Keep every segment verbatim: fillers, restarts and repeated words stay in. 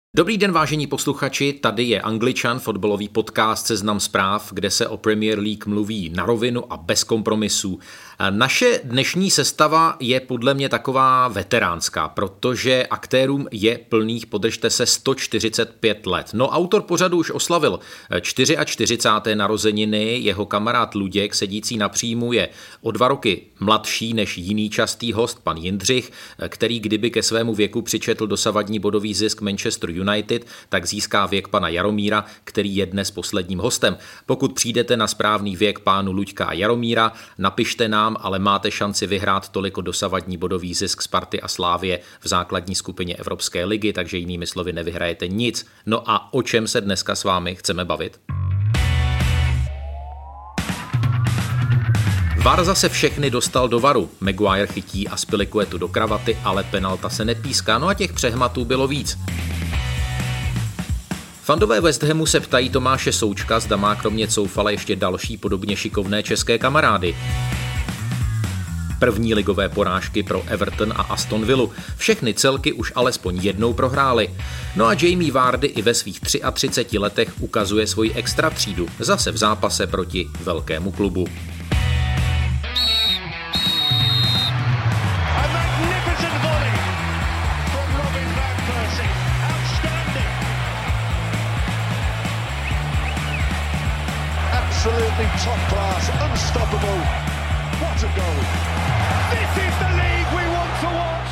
Dobrý den, vážení posluchači, tady je Angličan, fotbalový podcast Seznam zpráv, kde se o Premier League mluví na rovinu a bez kompromisů. Naše dnešní sestava je podle mě taková veteránská, protože aktérům je plných, podržte se, sto čtyřicet pět let. No, autor pořadu už oslavil čtyřicáté čtyři. narozeniny, jeho kamarád Luděk, sedící na příjmu, je o dva roky mladší než jiný častý host, pan Jindřich, který kdyby ke svému věku přičetl dosavadní bodový zisk Manchester United, tak získá věk pana Jaromíra, který je dnes posledním hostem. Pokud přijdete na správný věk pánu Luďka a Jaromíra, napište nám, ale máte šanci vyhrát toliko dosavadní bodový zisk Sparty a Slávie v základní skupině Evropské ligy, takže jinými slovy nevyhrajete nic. No a o čem se dneska s vámi chceme bavit? V á er zase všechny dostal do varu. Maguire chytí a Spilicuetu do kravaty, ale penalta se nepíská, no a těch přehmatů bylo víc. Fandové West Hamu se ptají Tomáše Součka, zda má kromě Coufala ještě další podobně šikovné české kamarády. První ligové porážky pro Everton a Aston Villu. Všechny celky už alespoň jednou prohrály. No a Jamie Vardy i ve svých třiatřiceti třech letech ukazuje svoji extra třídu, zase v zápase proti velkému klubu. Absolutely top class, unstoppable. What a goal. This is the league we want to watch.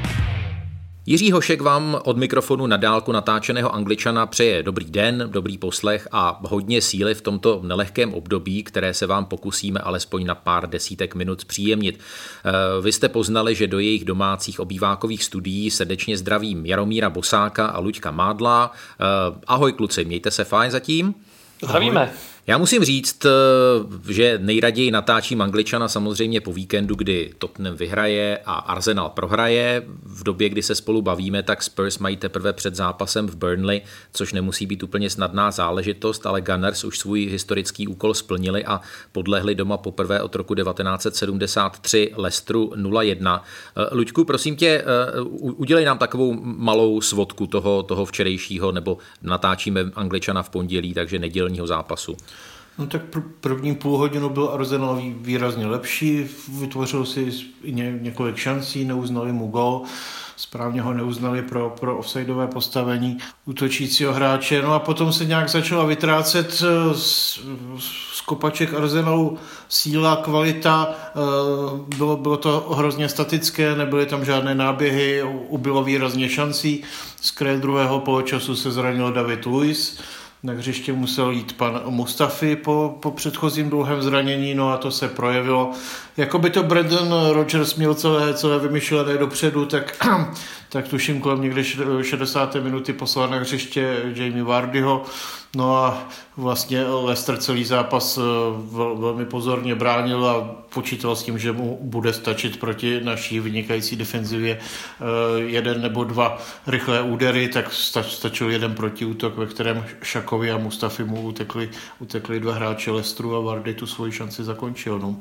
Jiří Hošek vám od mikrofonu na dálku natáčeného Angličana přeje dobrý den, dobrý poslech a hodně síly v tomto nelehkém období, které se vám pokusíme alespoň na pár desítek minut příjemnit. Vy jste poznali, že do jejich domácích obývákových studií srdečně zdravím Jaromíra Bosáka a Luďka Mádla. Ahoj kluci, mějte se fajn zatím. Zdravíme. Já musím říct, že nejraději natáčím Angličana samozřejmě po víkendu, kdy Tottenham vyhraje a Arsenal prohraje. V době, kdy se spolu bavíme, tak Spurs mají teprve před zápasem v Burnley, což nemusí být úplně snadná záležitost, ale Gunners už svůj historický úkol splnili a podlehli doma poprvé od roku devatenáct set sedmdesát tři Leicesteru nula jedna. Luďku, prosím tě, udělej nám takovou malou svodku toho, toho včerejšího, nebo natáčíme Angličana v pondělí, takže nedělního zápasu. No tak pr- první půl hodinu byl Arsenal výrazně lepší, vytvořil si ně- několik šancí, neuznali mu gól, správně ho neuznali pro, pro offsideové postavení útočícího hráče, no a potom se nějak začala vytrácet z, z kopaček Arsenalu síla, kvalita, bylo, bylo to hrozně statické, nebyly tam žádné náběhy, ubylo výrazně šancí, z kraje druhého poločasu se zranil David Luiz, na hřiště musel jít pan Mustafi po, po předchozím dlouhém zranění, no a to se projevilo. Jakoby to Brendan Rodgers měl celé, celé vymyšlené dopředu, tak, tak tuším kolem někde šedesáté minuty poslal na hřiště Jamie Vardyho, no a vlastně Leicester celý zápas vel, velmi pozorně bránil a počítal s tím, že mu bude stačit proti naší vynikající defenzivě jeden nebo dva rychlé údery, tak stačil jeden protiútok, ve kterém Šakovi a Mustafi mu utekli, utekli dva hráče Leicesteru a Vardy tu svoji šanci zakončil. No.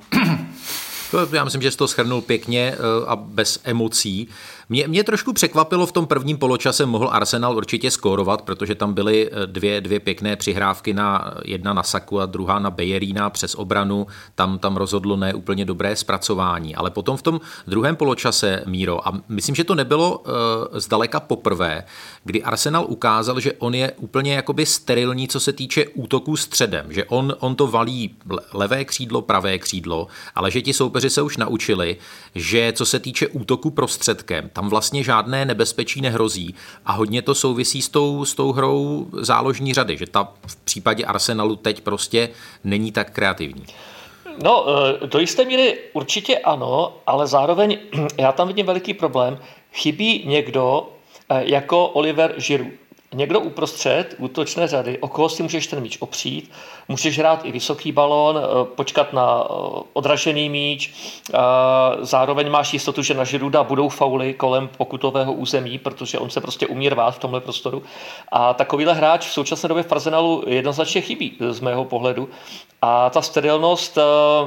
Já myslím, že jsi to shrnul pěkně a bez emocí. Mě, mě trošku překvapilo, v tom prvním poločase mohl Arsenal určitě skórovat, protože tam byly dvě, dvě pěkné přihrávky, na, jedna na Saku a druhá na Bejerína přes obranu. Tam, tam rozhodlo ne úplně dobré zpracování. Ale potom v tom druhém poločase, Míro, a myslím, že to nebylo uh, zdaleka poprvé, kdy Arsenal ukázal, že on je úplně jakoby sterilní, co se týče útoků středem. Že on, on to valí levé křídlo, pravé křídlo, ale že ti soupeři se už naučili, že co se týče útoku prostředkem, tam vlastně žádné nebezpečí nehrozí a hodně to souvisí s tou, s tou hrou záložní řady, že ta v případě Arsenalu teď prostě není tak kreativní. No, do jisté míry určitě ano, ale zároveň já tam vidím veliký problém. Chybí někdo jako Oliver Giroud. Někdo uprostřed útočné řady, o koho si můžeš ten míč opřít, můžeš hrát i vysoký balón, počkat na odražený míč, zároveň máš jistotu, že na Girouda budou fauly kolem pokutového území, protože on se prostě umí rvát v tomhle prostoru. A takovýhle hráč v současné době v Arsenalu jednoznačně chybí z mého pohledu. A ta sterilnost,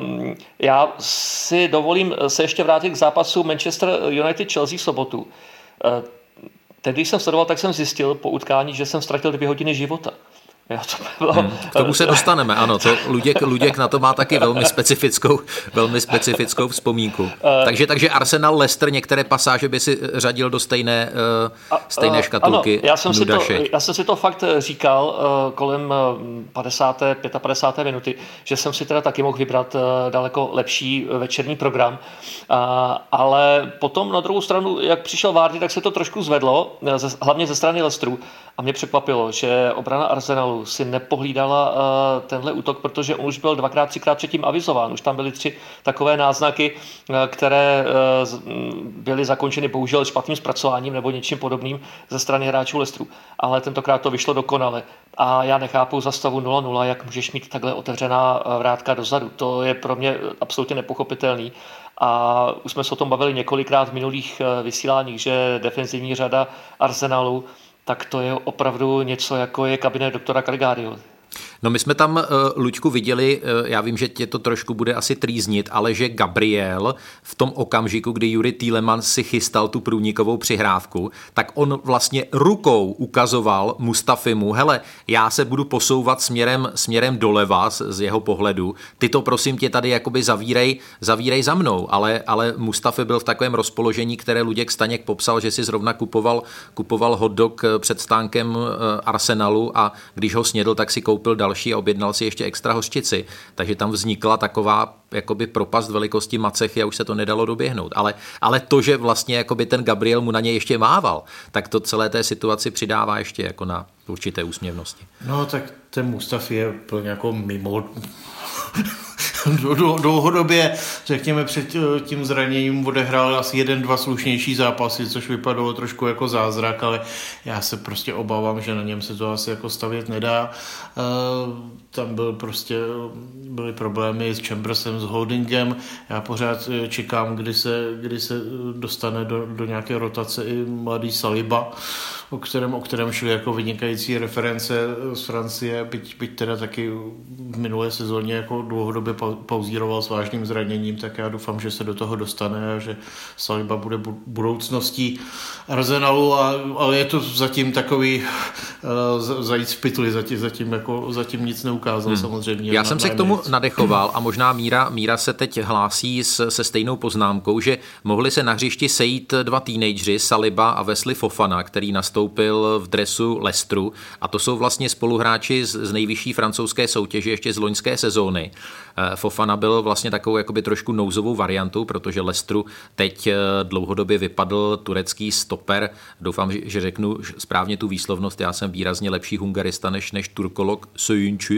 já si dovolím se ještě vrátit k zápasu Manchester United Chelsea v sobotu. Teď, když jsem sledoval, tak jsem zjistil po utkání, že jsem ztratil dvě hodiny života. Jo, to bylo... hmm, k tomu se dostaneme, ano. To Luděk, Luděk na to má taky velmi specifickou, velmi specifickou vzpomínku. Uh, takže, takže Arsenal, Leicester, některé pasáže by si řadil do stejné, uh, stejné škatulky. Ano, já jsem, si to, já jsem si to fakt říkal uh, kolem padesáté, padesát pět minuty, že jsem si teda taky mohl vybrat uh, daleko lepší večerní program. Uh, ale potom na druhou stranu, jak přišel Vardy, tak se to trošku zvedlo, ze, hlavně ze strany Leicesteru. A mě překvapilo, že obrana Arsenalu si nepohlídala uh, tenhle útok, protože on už byl dvakrát, třikrát předtím avizován. Už tam byly tři takové náznaky, uh, které uh, byly zakončeny bohužel špatným zpracováním nebo něčím podobným ze strany hráčů Leicesteru. Ale tentokrát to vyšlo dokonale. A já nechápu za stavu nula nula, jak můžeš mít takhle otevřená vrátka dozadu. To je pro mě absolutně nepochopitelný. A už jsme se o tom bavili několikrát v minulých vysíláních, že defenzivní řada Arsenalu, tak to je opravdu něco, jako je kabinet doktora Caligariho. No my jsme tam, uh, Luďku, viděli, uh, já vím, že tě to trošku bude asi trýznit, ale že Gabriel v tom okamžiku, kdy Juri Tielemans si chystal tu průnikovou přihrávku, tak on vlastně rukou ukazoval Mustafimu, hele, já se budu posouvat směrem, směrem doleva z, z jeho pohledu, ty to prosím tě tady jakoby zavírej, zavírej za mnou, ale, ale Mustafi byl v takovém rozpoložení, které Luděk Staněk popsal, že si zrovna kupoval, kupoval hot dog před stánkem uh, Arsenalu a když ho snědl, tak si koupil další a objednal si ještě extra hořčici. Takže tam vznikla taková jakoby propast velikosti macechy a už se to nedalo doběhnout. Ale, ale to, že vlastně jakoby ten Gabriel mu na něj ještě mával, tak to celé té situaci přidává ještě jako na určité úsměvnosti. No tak ten Mustafi je plně jako mimo... Dlouhodobě, řekněme, před tím zraněním odehrál asi jeden, dva slušnější zápasy, což vypadalo trošku jako zázrak, ale já se prostě obávám, že na něm se to asi jako stavět nedá. Tam byl prostě, byly problémy s Chambersem, s Holdingem. Já pořád čekám, kdy se, kdy se dostane do, do nějaké rotace i mladý Saliba, o kterém, o kterém šly jako vynikající reference z Francie, byť, byť teda taky v minulé sezóně jako dlouhodobě pauzíroval s vážným zraněním, tak já doufám, že se do toho dostane a že Saliba bude budoucností Arsenalu, a, ale je to zatím takový uh, zajíc v pytli, zatím, zatím, jako, zatím nic neukázal hmm. samozřejmě. Já jsem se k tomu nadechoval a možná Míra, Míra se teď hlásí s, se stejnou poznámkou, že mohli se na hřišti sejít dva teenageři, Saliba a Wesley Fofana, který nastoupil v dresu Leicesteru, a to jsou vlastně spoluhráči z, z nejvyšší francouzské soutěže ještě z loňské sezóny. Fofana byl vlastně takovou jakoby trošku nouzovou variantou, protože Leicesteru teď dlouhodobě vypadl turecký stoper. Doufám, že řeknu správně tu výslovnost. Já jsem výrazně lepší hungarista než, než turkolog Söyüncü.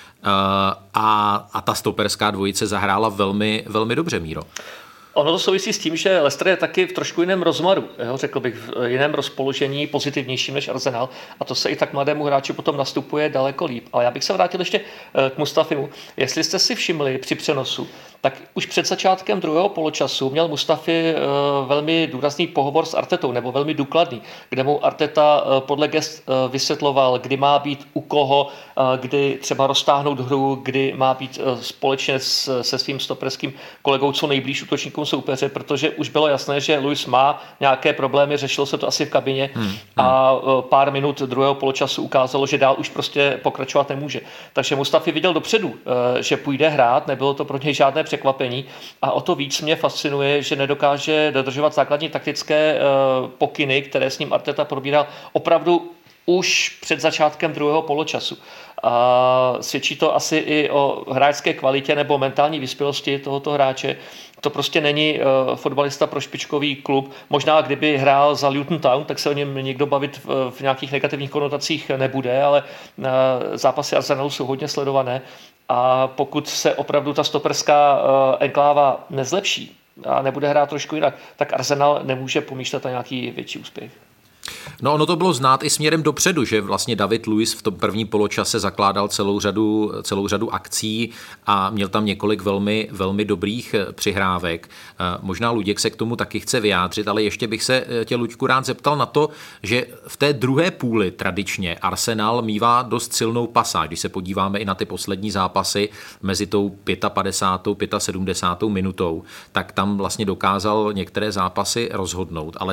A, a ta stoperská dvojice zahrála velmi, velmi dobře, Míro. Ono to souvisí s tím, že Leicester je taky v trošku jiném rozmaru, jo, řekl bych, v jiném rozpoložení, pozitivnějším než Arsenal, a to se i tak mladému hráči potom nastupuje daleko líp. Ale já bych se vrátil ještě k Mustafimu. Jestli jste si všimli při přenosu, tak už před začátkem druhého poločasu měl Mustafi velmi důrazný pohovor s Artetou, nebo velmi důkladný, kde mu Arteta podle gest vysvětloval, kdy má být u koho, kdy třeba roztáhnout hru, kdy má být společně se svým stoperským kolegou co nejblíž útočníkům soupeře, protože už bylo jasné, že Luis má nějaké problémy, řešilo se to asi v kabině hmm, hmm. a pár minut druhého poločasu ukázalo, že dál už prostě pokračovat nemůže. Takže Mustafi viděl dopředu, že půjde hrát, nebylo to pro něj žádné překvapení, a o to víc mě fascinuje, že nedokáže dodržovat základní taktické pokyny, které s ním Arteta probíral opravdu už před začátkem druhého poločasu. A svědčí to asi i o hráčské kvalitě nebo mentální vyspělosti tohoto hráče. To prostě není uh, fotbalista pro špičkový klub. Možná kdyby hrál za Luton Town, tak se o něm někdo bavit v, v nějakých negativních konotacích nebude, ale uh, zápasy Arsenalu jsou hodně sledované, a pokud se opravdu ta stoperská uh, enkláva nezlepší a nebude hrát trošku jinak, tak Arsenal nemůže pomýšlet na nějaký větší úspěch. No, ono to bylo znát i směrem dopředu, že vlastně David Luiz v tom prvním poločase zakládal celou řadu, celou řadu akcí a měl tam několik velmi, velmi dobrých přihrávek. Možná Luděk se k tomu taky chce vyjádřit, ale ještě bych se tě, Luďku, rád zeptal na to, že v té druhé půli tradičně Arsenal mívá dost silnou pasáž. Když se podíváme i na ty poslední zápasy mezi tou pátátou a sedmdesátou pátou minutou, tak tam vlastně dokázal některé zápasy rozhodnout, ale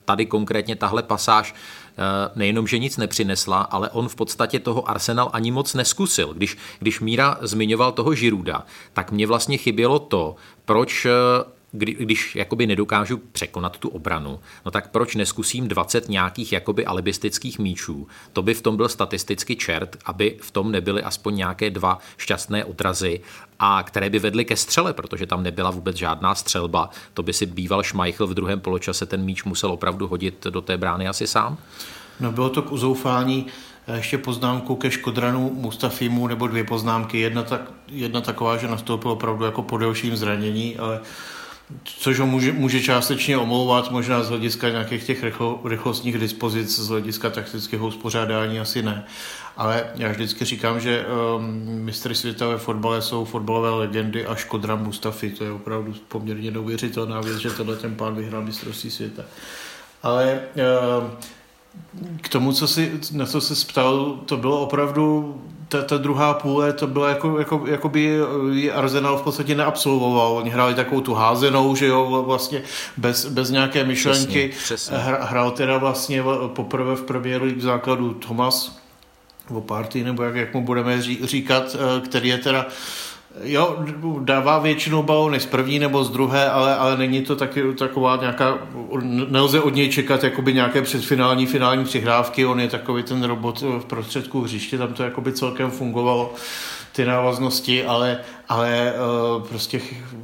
tady konkrétně tahle pasáž nejenom, že nic nepřinesla, ale on v podstatě toho Arsenal ani moc neskusil. Když, když Míra zmiňoval toho Girouda, tak mě vlastně chybělo to, proč... Kdy, když jakoby nedokážu překonat tu obranu, no tak proč neskusím dvacet nějakých jakoby alibistických míčů? To by v tom byl statisticky čert, aby v tom nebyly aspoň nějaké dva šťastné odrazy, a které by vedly ke střele, protože tam nebyla vůbec žádná střelba. To by si býval Schmeichel v druhém poločase ten míč musel opravdu hodit do té brány asi sám? No bylo to k uzoufání. Ještě poznámku ke Škodranu Mustafimu, nebo dvě poznámky. Jedna, tak, jedna taková, že nastoupil opravdu jako po delším zranění, ale což ho může, může částečně omlouvat, možná z hlediska nějakých těch rychlo, rychlostních dispozic, z hlediska taktického uspořádání asi ne. Ale já vždycky říkám, že um, mistry světa ve fotbale jsou fotbalové legendy a Škodran Mustafi, to je opravdu poměrně neuvěřitelná věc, že tenhle ten pán vyhrál mistrovství světa. Ale um, k tomu, co si, na co se ptal, to bylo opravdu, ta, ta druhá půle, to bylo jako, jako, jako by Arsenal v podstatě neabsolvoval. Oni hráli takovou tu házenou, že jo, vlastně bez, bez nějaké myšlenky. Přesně, přesně. Hrál teda vlastně poprvé v Premier League v základu Thomas o party, nebo jak, jak mu budeme říkat, který je teda jo, dává většinou balony z první nebo z druhé, ale, ale není to taky taková nějaká, nelze od něj čekat jakoby nějaké předfinální, finální přihrávky, on je takový ten robot v prostředku hřiště, tam to jakoby celkem fungovalo, ty návaznosti, ale, ale uh, prostě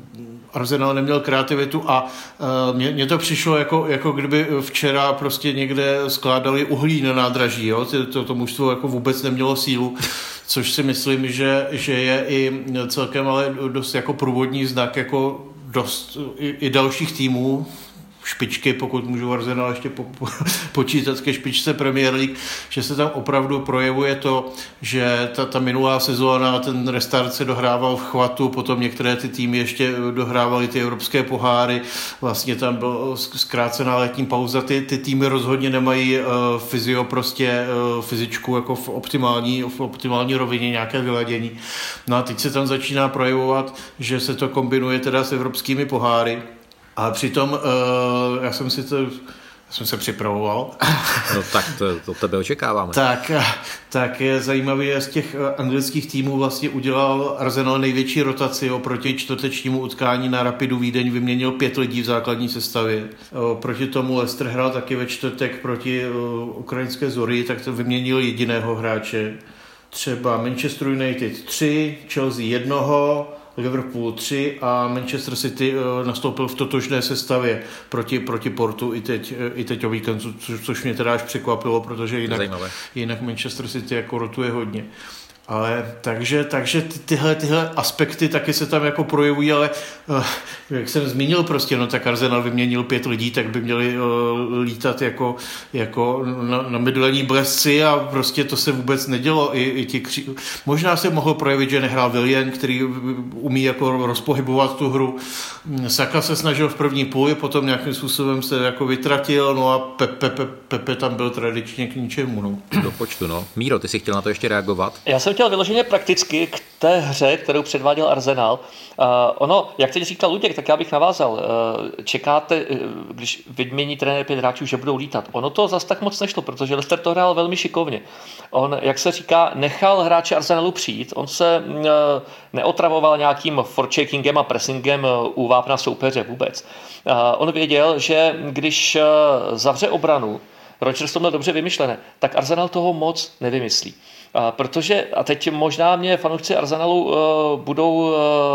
Arsenal neměl kreativitu a uh, mně, mně to přišlo jako, jako kdyby včera prostě někde skládali uhlí na nádraží, jo? To, to mužstvo jako vůbec nemělo sílu, což si myslím, že, že je i celkem ale dost jako průvodní znak jako dost i, i dalších týmů, špičky, pokud můžu Arsenal ještě po, po, počítat ke špičce Premier League, že se tam opravdu projevuje to, že ta, ta minulá sezóna, ten restart se dohrával v chvatu, potom některé ty týmy ještě dohrávaly ty evropské poháry, vlastně tam byla zkrácená letní pauza, ty, ty týmy rozhodně nemají uh, fyzio, prostě uh, fyzičku jako v optimální, v optimální rovině nějaké vyladění. No a teď se tam začíná projevovat, že se to kombinuje teda s evropskými poháry. A přitom uh, já jsem si to, já jsem se připravoval. No tak to, to tebe očekáváme. tak, tak je zajímavé, že z těch anglických týmů vlastně udělal Arsenal největší rotaci oproti čtvrtečnímu utkání na Rapidu Vídeň, vyměnil pět lidí v základní sestavě. Proti tomu Leicester hrál taky ve čtvrtek proti ukrajinské Zorii, tak to vyměnil jediného hráče. Třeba Manchester United tři, Chelsea jednoho, Liverpool tři a Manchester City uh, nastoupil v totožné sestavě proti, proti Portu i teď, uh, i teď o víkendu, což, což mě teda až překvapilo, protože jinak, jinak Manchester City jako rotuje hodně. Ale takže, takže ty, tyhle, tyhle aspekty taky se tam jako projevují, ale uh, jak jsem zmínil prostě, no tak Arsenal vyměnil pět lidí, tak by měli uh, lítat jako, jako na, na mydlení blesci a prostě to se vůbec nedělo. I, i ti kři... Možná se mohlo projevit, že nehrál Willian, který umí jako rozpohybovat tu hru. Saka se snažil v první půli, potom nějakým způsobem se jako vytratil, no a Pepe, Pepe, Pepe tam byl tradičně k ničemu. No. Do počtu, no. Míro, ty jsi chtěl na to ještě reagovat? Já jsem chtěl vyloženě prakticky k té hře, kterou předváděl Arsenal. Uh, ono, jak teď říkal Luděk, tak já bych navázal. Uh, čekáte, uh, když vymění trenér pět hráčů, že budou lítat. Ono to zas tak moc nešlo, protože Leicester to hrál velmi šikovně. On, jak se říká, nechal hráče Arsenalu přijít. On se uh, neotravoval nějakým forechekingem a pressingem u vápna soupeře vůbec. Uh, on věděl, že když uh, zavře obranu, Rodgers to měl dobře vymyšlené, tak Arsenal toho moc nevymyslí. A protože, a teď možná mě fanoušci Arsenalu uh, budou uh,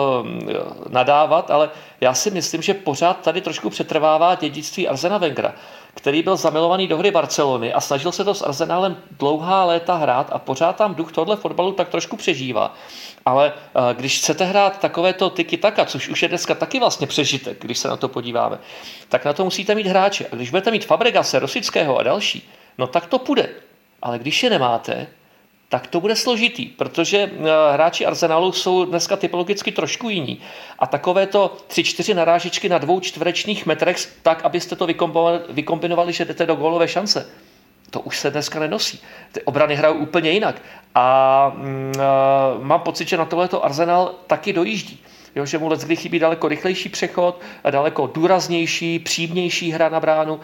nadávat, ale já si myslím, že pořád tady trošku přetrvává dědictví Arsena Wengera, který byl zamilovaný do hry Barcelony a snažil se to s Arsenalem dlouhá léta hrát a pořád tam duch tohle fotbalu tak trošku přežívá. Ale uh, když chcete hrát takovéto tiki-taka, což už je dneska taky vlastně přežitek, když se na to podíváme, tak na to musíte mít hráče. A když budete mít Fabregase, Rosického a další, no tak to půjde. Ale když je nemáte, tak to bude složitý, protože hráči Arsenalu jsou dneska typologicky trošku jiní. A takovéto tři čtyři narážičky na dvou čtverečních metrech, tak, abyste to vykombinovali, že jdete do gólové šance, to už se dneska nenosí. Ty obrany hrajou úplně jinak. A mm, mám pocit, že na tohleto Arsenal taky dojíždí. Jo, že mu leckdy chybí daleko rychlejší přechod, daleko důraznější, přímější hra na bránu.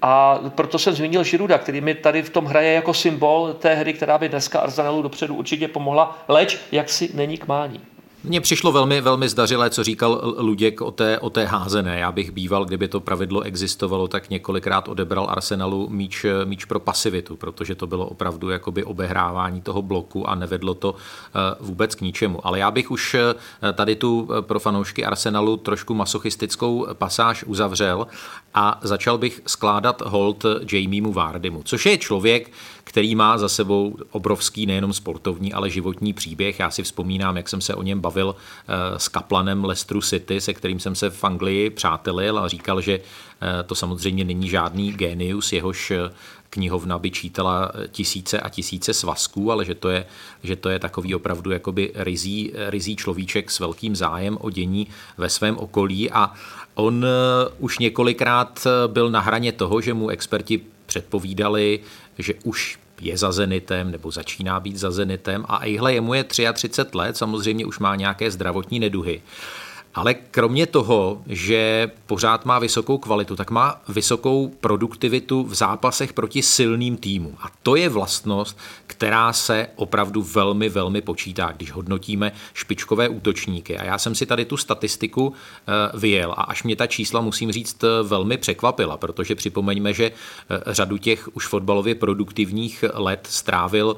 A proto jsem zmínil Girouda, který mi tady v tom hraje jako symbol té hry, která by dneska Arsenalu dopředu určitě pomohla, leč jaksi není k mání. Mně přišlo velmi, velmi zdařilé, co říkal Luděk o té, o té házené. Já bych býval, kdyby to pravidlo existovalo, tak několikrát odebral Arsenalu míč, míč pro pasivitu, protože to bylo opravdu jakoby obehrávání toho bloku a nevedlo to vůbec k ničemu. Ale já bych už tady tu pro fanoušky Arsenalu trošku masochistickou pasáž uzavřel a začal bych skládat hold Jamiemu Vardymu, což je člověk, který má za sebou obrovský nejenom sportovní, ale životní příběh. Já si vzpomínám, jak jsem se o něm bavil s kaplanem Leicesteru City, se kterým jsem se v Anglii přátelil a říkal, že to samozřejmě není žádný génius, jehož knihovna by čítala tisíce a tisíce svazků, ale že to je, že to je takový opravdu jakoby rizí, rizí človíček s velkým zájem o dění ve svém okolí a on už několikrát byl na hraně toho, že mu experti předpovídali, že už je za Zenitem nebo začíná být za Zenitem a ejhle, jemu je třicet tři let, samozřejmě už má nějaké zdravotní neduhy. Ale kromě toho, že pořád má vysokou kvalitu, tak má vysokou produktivitu v zápasech proti silným týmům. A to je vlastnost, která se opravdu velmi, velmi počítá, když hodnotíme špičkové útočníky. A já jsem si tady tu statistiku vyjel a až mě ta čísla, musím říct, velmi překvapila, protože připomeňme, že řadu těch už fotbalově produktivních let strávil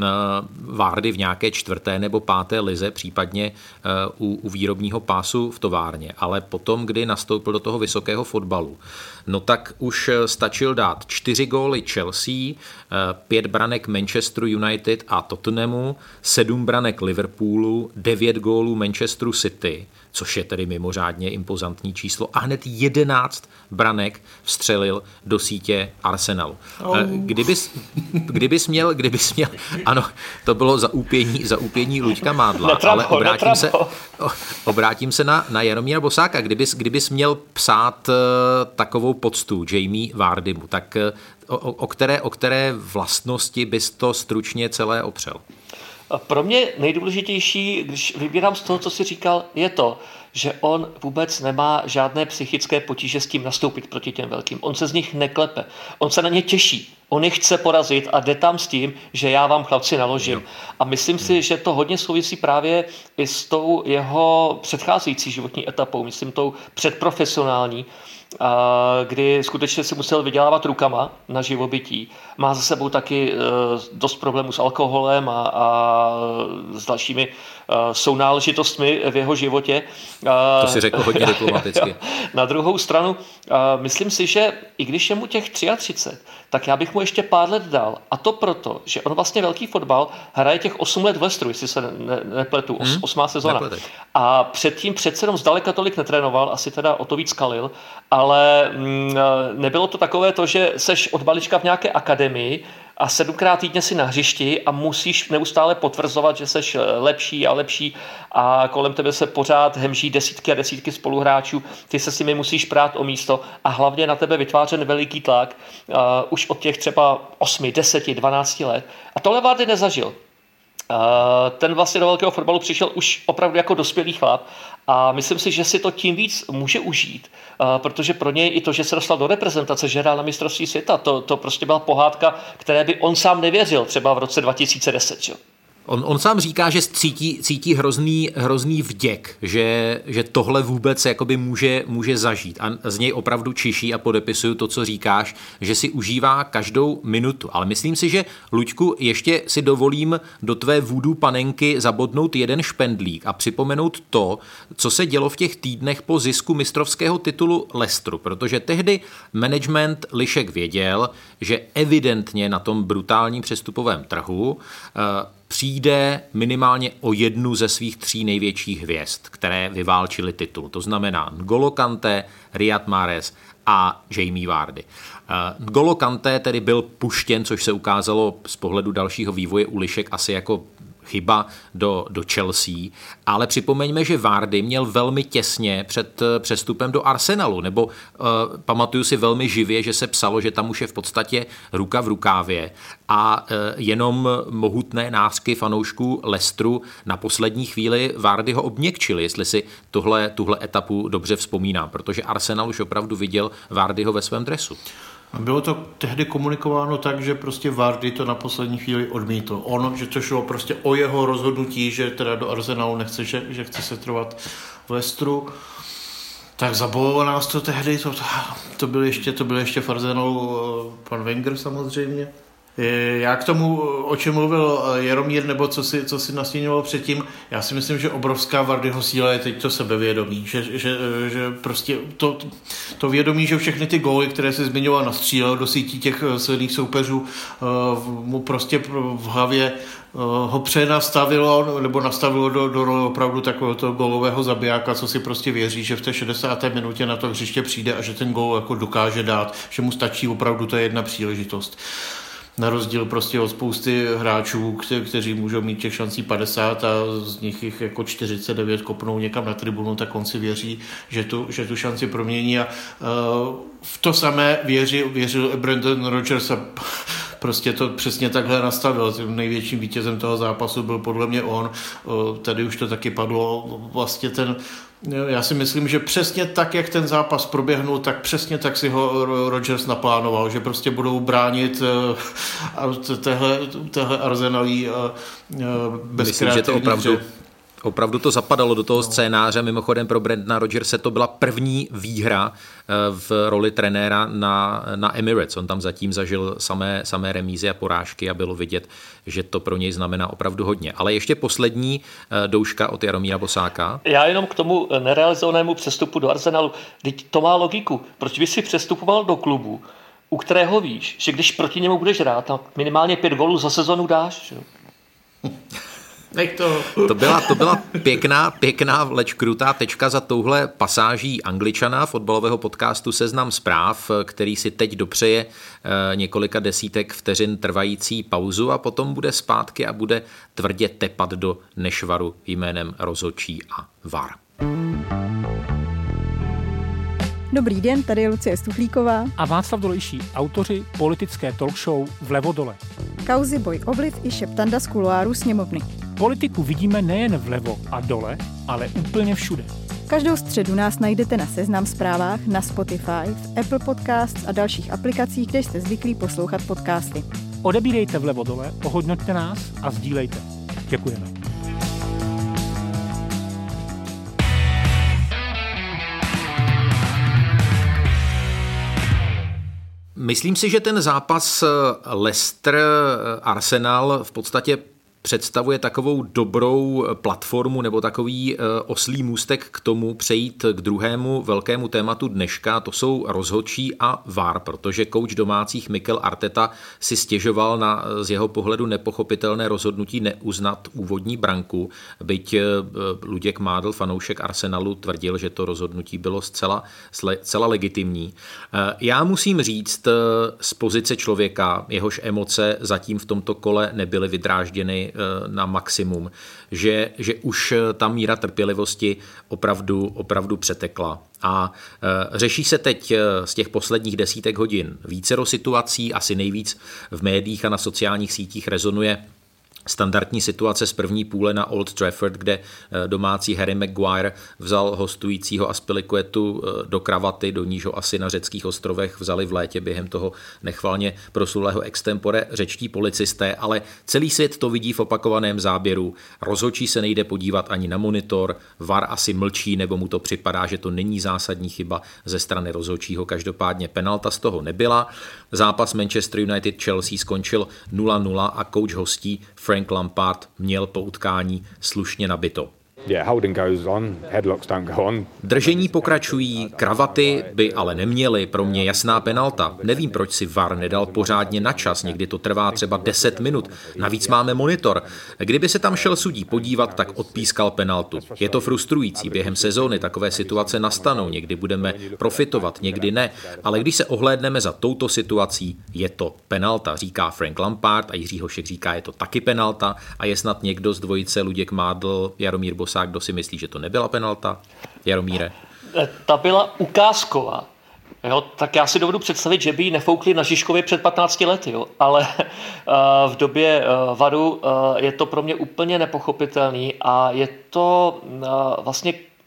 Vardy v nějaké čtvrté nebo páté lize, případně u, u výrobního pásu v továrně, ale potom, kdy nastoupil do toho vysokého fotbalu, no tak už stačil dát čtyři góly Chelsea, pět branek Manchesteru United a Tottenhamu, sedm branek Liverpoolu, devět gólů Manchesteru City, což je tedy mimořádně impozantní číslo, a hned jedenáct branek vstřelil do sítě Arsenalu. Oh. Kdybys, kdybys, měl, kdybys měl, ano, to bylo zaúpění, zaúpění Luďka Mádla, netrap ale ho, obrátím se, ho. obrátím se na, na Jaromíra Bosáka. Kdybys, kdybys měl psát uh, takovou poctu Jamie Vardymu, tak uh, o, o, které, o které vlastnosti bys to stručně celé opřel? Pro mě nejdůležitější, když vybírám z toho, co jsi říkal, je to, že on vůbec nemá žádné psychické potíže s tím nastoupit proti těm velkým. On se z nich neklepe. On se na ně těší. On je chce porazit a jde tam s tím, že já vám, chlapci, naložím. A myslím si, že to hodně souvisí právě i s tou jeho předcházející životní etapou, myslím tou předprofesionální, kdy skutečně si musel vydělávat rukama na živobytí. Má za sebou taky dost problémů s alkoholem a, a s dalšími sounáležitostmi v jeho životě. To si řekl hodně diplomaticky. Na druhou stranu, myslím si, že i když je mu těch třicet tři, tak já bych mu ještě pár let dal. A to proto, že on vlastně velký fotbal hraje těch osm let v Leicesteru, jestli se ne, nepletu, os, hmm? osmá sezona. Nepletek. A předtím přece jenom zdaleka tolik netrénoval, asi teda o to víc kalil, ale mm, nebylo to takové to, že seš od malička v nějaké akademii a sedmkrát týdně si na hřišti a musíš neustále potvrzovat, že seš lepší a lepší a kolem tebe se pořád hemží desítky a desítky spoluhráčů, ty se s nimi musíš prát o místo a hlavně na tebe vytvářen veliký tlak uh, už od těch třeba osmi, deseti, dvanácti let. A tohle Vardy nezažil. Uh, ten vlastně do velkého fotbalu přišel už opravdu jako dospělý chlap a myslím si, že si to tím víc může užít, uh, protože pro něj i to, že se dostal do reprezentace, že hrál na mistrovství světa, to, to prostě byla pohádka, které by on sám nevěřil třeba v roce dva tisíce deset. Že? On, on sám říká, že cítí, cítí hrozný, hrozný vděk, že, že tohle vůbec jakoby může, může zažít. A z něj opravdu čiší a podepisuju to, co říkáš, že si užívá každou minutu. Ale myslím si, že, Luďku, ještě si dovolím do tvé vůdu panenky zabodnout jeden špendlík a připomenout to, co se dělo v těch týdnech po zisku mistrovského titulu Leicesteru, protože tehdy management Lišek věděl, že evidentně na tom brutálním přestupovém trhu uh, přijde minimálně o jednu ze svých tří největších hvězd, které vyválčily titul. To znamená N'Golo Kanté, Riyad Mahrez a Jamie Vardy. N'Golo Kanté tedy byl puštěn, což se ukázalo z pohledu dalšího vývoje u Lišek asi jako chyba do, do Chelsea, ale připomeňme, že Vardy měl velmi těsně před přestupem do Arsenalu, nebo uh, pamatuju si velmi živě, že se psalo, že tam už je v podstatě ruka v rukávě a uh, jenom mohutné nářky fanoušků Leicesteru na poslední chvíli Vardy ho obměkčili, jestli si tohle, tuhle etapu dobře vzpomínám, protože Arsenal už opravdu viděl Vardyho ve svém dresu. Bylo to tehdy komunikováno tak, že prostě Vardy to na poslední chvíli odmítl. On, že to šlo prostě o jeho rozhodnutí, že teda do Arsenalu nechce, že, že chce se trvat v Leicesteru. Tak zabolilo nás to tehdy, to, to byl ještě, to byl ještě v Arsenalu pan Wenger samozřejmě. Já k tomu, o čem mluvil Jaromír, nebo co si, co si nastíňoval předtím, já si myslím, že obrovská Vardyho síla je teď to sebevědomí, že, že, že prostě to, to vědomí, že všechny ty góly, které se zmiňoval, nastřílel do sítí těch silných soupeřů, mu prostě v hlavě ho přenastavilo, nebo nastavilo do, do role opravdu takového toho gólového zabijáka, co si prostě věří, že v té šedesáté minutě na to hřiště přijde a že ten gól jako dokáže dát, že mu stačí opravdu ta jedna příležitost. Na rozdíl prostě od spousty hráčů, kte- kteří můžou mít těch šancí padesát a z nich jich jako čtyřicet devět kopnou někam na tribunu, tak on si věří, že tu, že tu šanci promění a uh, v to samé věřil, věřil i Brendan Rodgers a prostě to přesně takhle nastavil. Tím největším vítězem toho zápasu byl podle mě on. Uh, tady už to taky padlo. Vlastně ten Já si myslím, že přesně tak, jak ten zápas proběhnul, tak přesně tak si ho Rodgers naplánoval, že prostě budou bránit téhle, téhle Arsenalí bez Myslím, že to opravdu, opravdu to zapadalo do toho no. scénáře. Mimochodem pro Brendana Rodgerse to byla první výhra v roli trenéra na, na Emirates. On tam zatím zažil samé, samé remízy a porážky a bylo vidět, že to pro něj znamená opravdu hodně. Ale ještě poslední douška od Jaromíra Bosáka. Já jenom k tomu nerealizovanému přestupu do Arsenalu. Teď to má logiku. Proč by si přestupoval do klubu, u kterého víš, že když proti němu budeš hrát, tak minimálně pět gólů za sezonu dáš? Že? To. To byla, to byla pěkná, pěkná, leč krutá tečka za touhle pasáží Angličana, fotbalového podcastu Seznam zpráv, který si teď dopřeje několika desítek vteřin trvající pauzu a potom bude zpátky a bude tvrdě tepat do nešvaru jménem rozhodčí a V A R. Dobrý den, tady je Lucie Stuchlíková a Václav Dolejší, autoři politické talk show Vlevo dole. Kauzy, boj, ovliv i šeptanda z kuloáru sněmovny. Politiku vidíme nejen vlevo a dole, ale úplně všude. Každou středu nás najdete na Seznam zprávách, na Spotify, v Apple Podcasts a dalších aplikacích, kde jste zvyklí poslouchat podcasty. Odebírejte Vlevo dole, ohodnoťte nás a sdílejte. Děkujeme. Myslím si, že ten zápas Leicester-Arsenal v podstatě představuje takovou dobrou platformu nebo takový oslí můstek k tomu přejít k druhému velkému tématu dneška, to jsou rozhodčí a V A R, protože kouč domácích Mikel Arteta si stěžoval na z jeho pohledu nepochopitelné rozhodnutí neuznat úvodní branku, byť Luděk Mádl, fanoušek Arsenalu, tvrdil, že to rozhodnutí bylo zcela, zcela legitimní. Já musím říct z pozice člověka, jehož emoce zatím v tomto kole nebyly vydrážděny na maximum, že, že už ta míra trpělivosti opravdu, opravdu přetekla. A e, řeší se teď z těch posledních desítek hodin vícero situací, asi nejvíc v médiích a na sociálních sítích rezonuje standardní situace z první půle na Old Trafford, kde domácí Harry Maguire vzal hostujícího Azpilicuetu do kravaty, do níž ho asi na řeckých ostrovech vzali v létě během toho nechvalně proslulého extempore řečtí policisté, ale celý svět to vidí v opakovaném záběru. Rozhodčí se nejde podívat ani na monitor, V A R asi mlčí, nebo mu to připadá, že to není zásadní chyba ze strany rozhodčího. Každopádně penalta z toho nebyla. Zápas Manchester United-Chelsea skončil nula nula a kouč hostí Frank Lampard měl po utkání slušně nabito. Yeah, holding goes on, headlocks don't go on. Držení pokračují, kravaty by ale neměly, pro mě jasná penalta. Nevím, proč si V A R nedal pořádně na čas, někdy to trvá třeba deset minut. Navíc máme monitor. Kdyby se tam šel sudí podívat, tak odpískal penaltu. Je to frustrující, během sezóny takové situace nastanou, někdy budeme profitovat, někdy ne, ale když se ohlédneme za touto situací, je to penalta, říká Frank Lampard a Jiří Hošek říká, je to taky penalta a je snad někdo z dvojice Luděk Mádl, Jaromír Bosák, kdo si myslí, že to nebyla penalta? Jaromíre? Ta byla ukázková. Jo, tak já si dovedu představit, že by ji nefoukli na Žižkově před patnácti lety, jo, ale uh, v době uh, varu uh, je to pro mě úplně nepochopitelný a je to uh, vlastně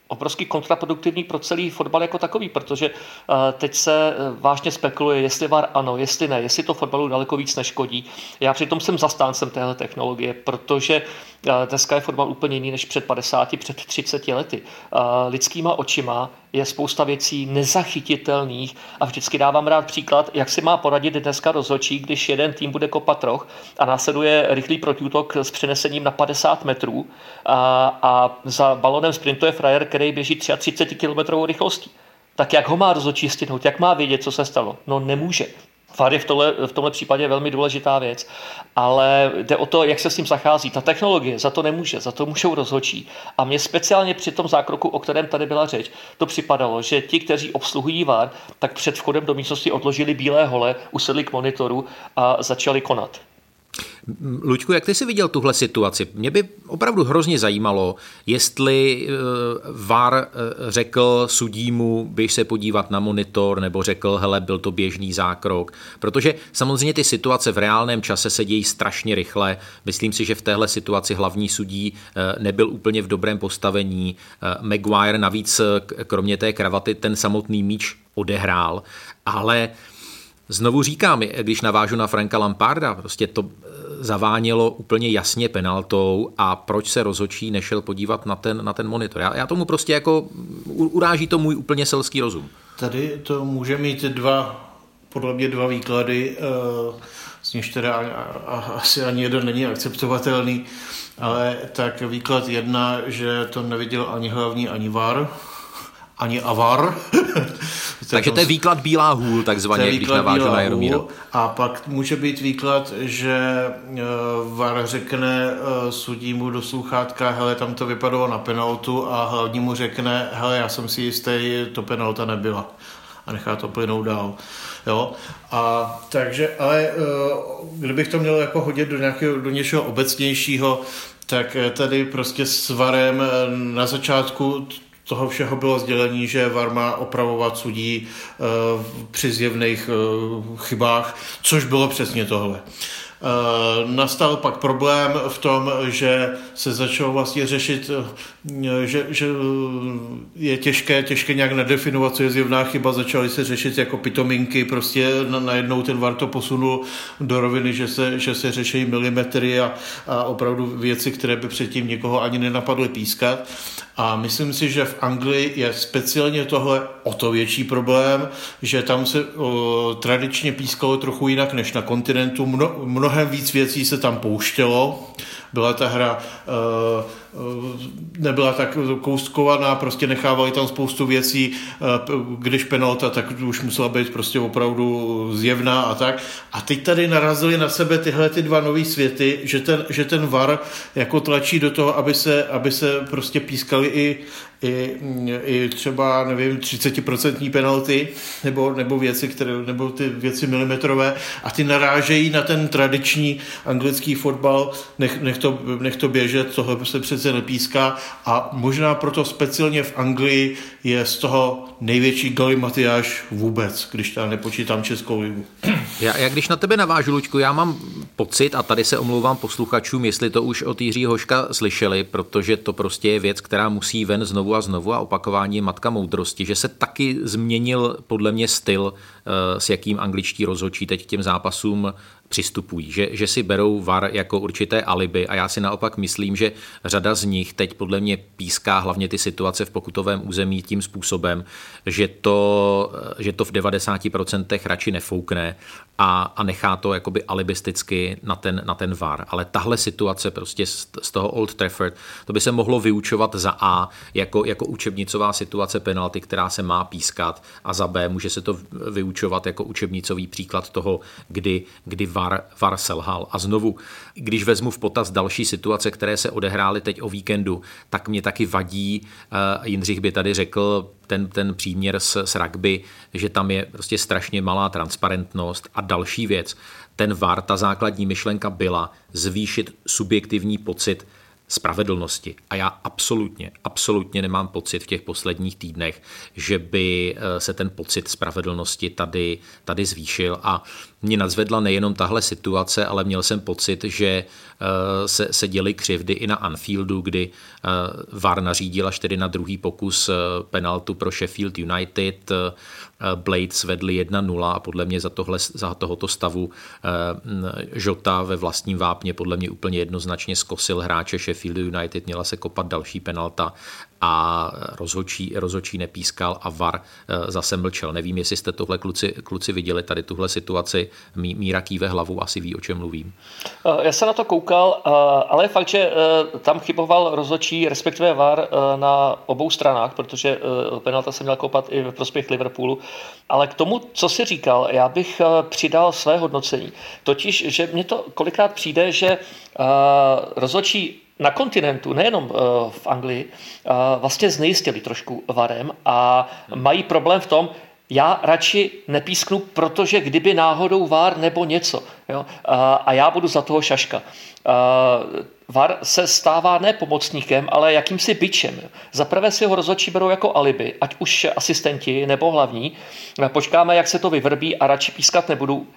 obrovský kontraproduktivní pro celý fotbal jako takový, protože teď se vážně spekuluje, jestli V A R ano, jestli ne, jestli to fotbalu daleko víc neškodí. Já přitom jsem zastáncem téhle technologie, protože dneska je fotbal úplně jiný než před padesáti, před třiceti lety. Lidskýma očima je spousta věcí nezachytitelných a vždycky dávám rád příklad, jak si má poradit dneska rozhodčí, když jeden tým bude kopat roh a následuje rychlý protiútok s přenesením na padesát metrů a, a za balonem sprintuje frajer, který běží třicet tři kilometrů rychlostí. Tak jak ho má rozhodčí stihnout? Jak má vědět, co se stalo? No nemůže. V A R je v, tohle, v tomhle případě velmi důležitá věc, ale jde o to, jak se s tím zachází. Ta technologie za to nemůže, za to můžou rozhodčí. A mně speciálně při tom zákroku, o kterém tady byla řeč, to připadalo, že ti, kteří obsluhují V A R, tak před vchodem do místnosti odložili bílé hole, usedli k monitoru a začali konat. Luďku, jak ty jsi viděl tuhle situaci? Mě by opravdu hrozně zajímalo, jestli V A R řekl sudímu, běž se podívat na monitor, nebo řekl, hele, byl to běžný zákrok, protože samozřejmě ty situace v reálném čase se dějí strašně rychle. Myslím si, že v téhle situaci hlavní sudí nebyl úplně v dobrém postavení. Maguire navíc, kromě té kravaty, ten samotný míč odehrál, ale znovu říkám, když navážu na Franka Lamparda, prostě to zavánělo úplně jasně penaltou a proč se rozhodčí nešel podívat na ten, na ten monitor. Já, já tomu prostě jako uráží to můj úplně selský rozum. Tady to může mít dva, podle mě dva výklady, z nichž teda asi ani jeden není akceptovatelný, ale tak výklad jedna, že to neviděl ani hlavní, ani V A R, ani A V A R. Takže to je výklad bílá hůl, takzvaně, když navážu na Jaromíra. A pak může být výklad, že V A R řekne sudímu do sluchátka, hele, tam to vypadalo na penaltu a hlavnímu řekne, hele, já jsem si jistý, to penalta nebyla. A nechá to plynout dál. Jo? A takže, ale kdybych to měl jako hodit do nějakého, do něčeho obecnějšího, tak tady prostě s VARem na začátku toho všeho bylo sdělení, že V A R má opravovat sudí uh, při zjevných uh, chybách, což bylo přesně tohle. Uh, nastal pak problém v tom, že se začalo vlastně řešit, uh, že, že je těžké, těžké nějak nadefinovat, co je zjevná chyba, začaly se řešit jako pitominky, prostě najednou ten V A R to posunul do roviny, že se, že se řeší milimetry a, a opravdu věci, které by předtím někoho ani nenapadly pískat. A myslím si, že v Anglii je speciálně tohle o to větší problém, že tam se o, tradičně pískalo trochu jinak než na kontinentu. Mno, mnohem víc věcí se tam pouštělo. Byla ta hra uh, nebyla tak koustkovaná, prostě nechávali tam spoustu věcí, když penalta, tak už musela být prostě opravdu zjevná a tak. A teď tady narazili na sebe tyhle ty dva nový světy, že ten, že ten V A R jako tlačí do toho, aby se, aby se prostě pískali i, i, i třeba, nevím, třicet procent penalty nebo, nebo věci, které, nebo ty věci milimetrové a ty narážejí na ten tradiční anglický fotbal, nech, nech, to, nech to běžet, tohle se přece nepíská a možná proto speciálně v Anglii je z toho největší galimatiáš vůbec, když tam nepočítám Českou ligu. Já, já když na tebe navážu, Luďku, já mám pocit, a tady se omlouvám posluchačům, jestli to už od Jiřího Hoška slyšeli, protože to prostě je věc, která musí ven znovu a znovu a opakování je matka moudrosti, že se taky změnil podle mě styl, s jakým angličtí rozhodčí teď k těm zápasům přistupují, že, že si berou V A R jako určité alibi a já si naopak myslím, že řada z nich teď podle mě píská hlavně ty situace v pokutovém území tím způsobem, že to, že to v devadesáti procentech radši nefoukne a, a nechá to jakoby alibisticky na ten, na ten V A R. Ale tahle situace prostě z, z toho Old Trafford, to by se mohlo vyučovat za A jako, jako učebnicová situace penalty, která se má pískat a za B může se to vyučovat jako učebnicový příklad toho, kdy, kdy V A R, V A R selhal. A znovu, když vezmu v potaz další situace, které se odehrály teď o víkendu, tak mě taky vadí, uh, Jindřich by tady řekl ten, ten příměr s, s rugby, že tam je prostě strašně malá transparentnost. A další věc, ten V A R, ta základní myšlenka byla zvýšit subjektivní pocit spravedlnosti. A já absolutně, absolutně nemám pocit v těch posledních týdnech, že by se ten pocit spravedlnosti tady, tady zvýšil. A mě nadzvedla nejenom tahle situace, ale měl jsem pocit, že se, se děly křivdy i na Anfieldu, kdy V A R nařídil až tedy na druhý pokus penaltu pro Sheffield United. Blades vedli jedna nula a podle mě za, tohle, za tohoto stavu Jota ve vlastním vápně podle mě úplně jednoznačně zkosil hráče Sheffield United, měla se kopat další penalta a rozhodčí, rozhodčí nepískal a V A R zase mlčel. Nevím, jestli jste tohle kluci, kluci viděli, tady tuhle situaci. Míra kýve hlavou, asi ví, o čem mluvím. Já jsem na to koukal, ale je fakt, že tam chyboval rozhodčí, respektive V A R na obou stranách, protože penalta se měla kopat i ve prospěch Liverpoolu. Ale k tomu, co jsi říkal, já bych přidal své hodnocení. Totiž, že mně to kolikrát přijde, že rozhodčí na kontinentu, nejenom v Anglii, vlastně znejistěli trošku VARem a mají problém v tom, já radši nepísknu, protože kdyby náhodou V A R nebo něco. Jo? A já budu za toho šaška. V A R se stává ne pomocníkem, ale jakýmsi bičem. Zaprvé si ho rozhodčí berou jako alibi, ať už asistenti nebo hlavní. Počkáme, jak se to vyvrbí a radši pískat nebudu.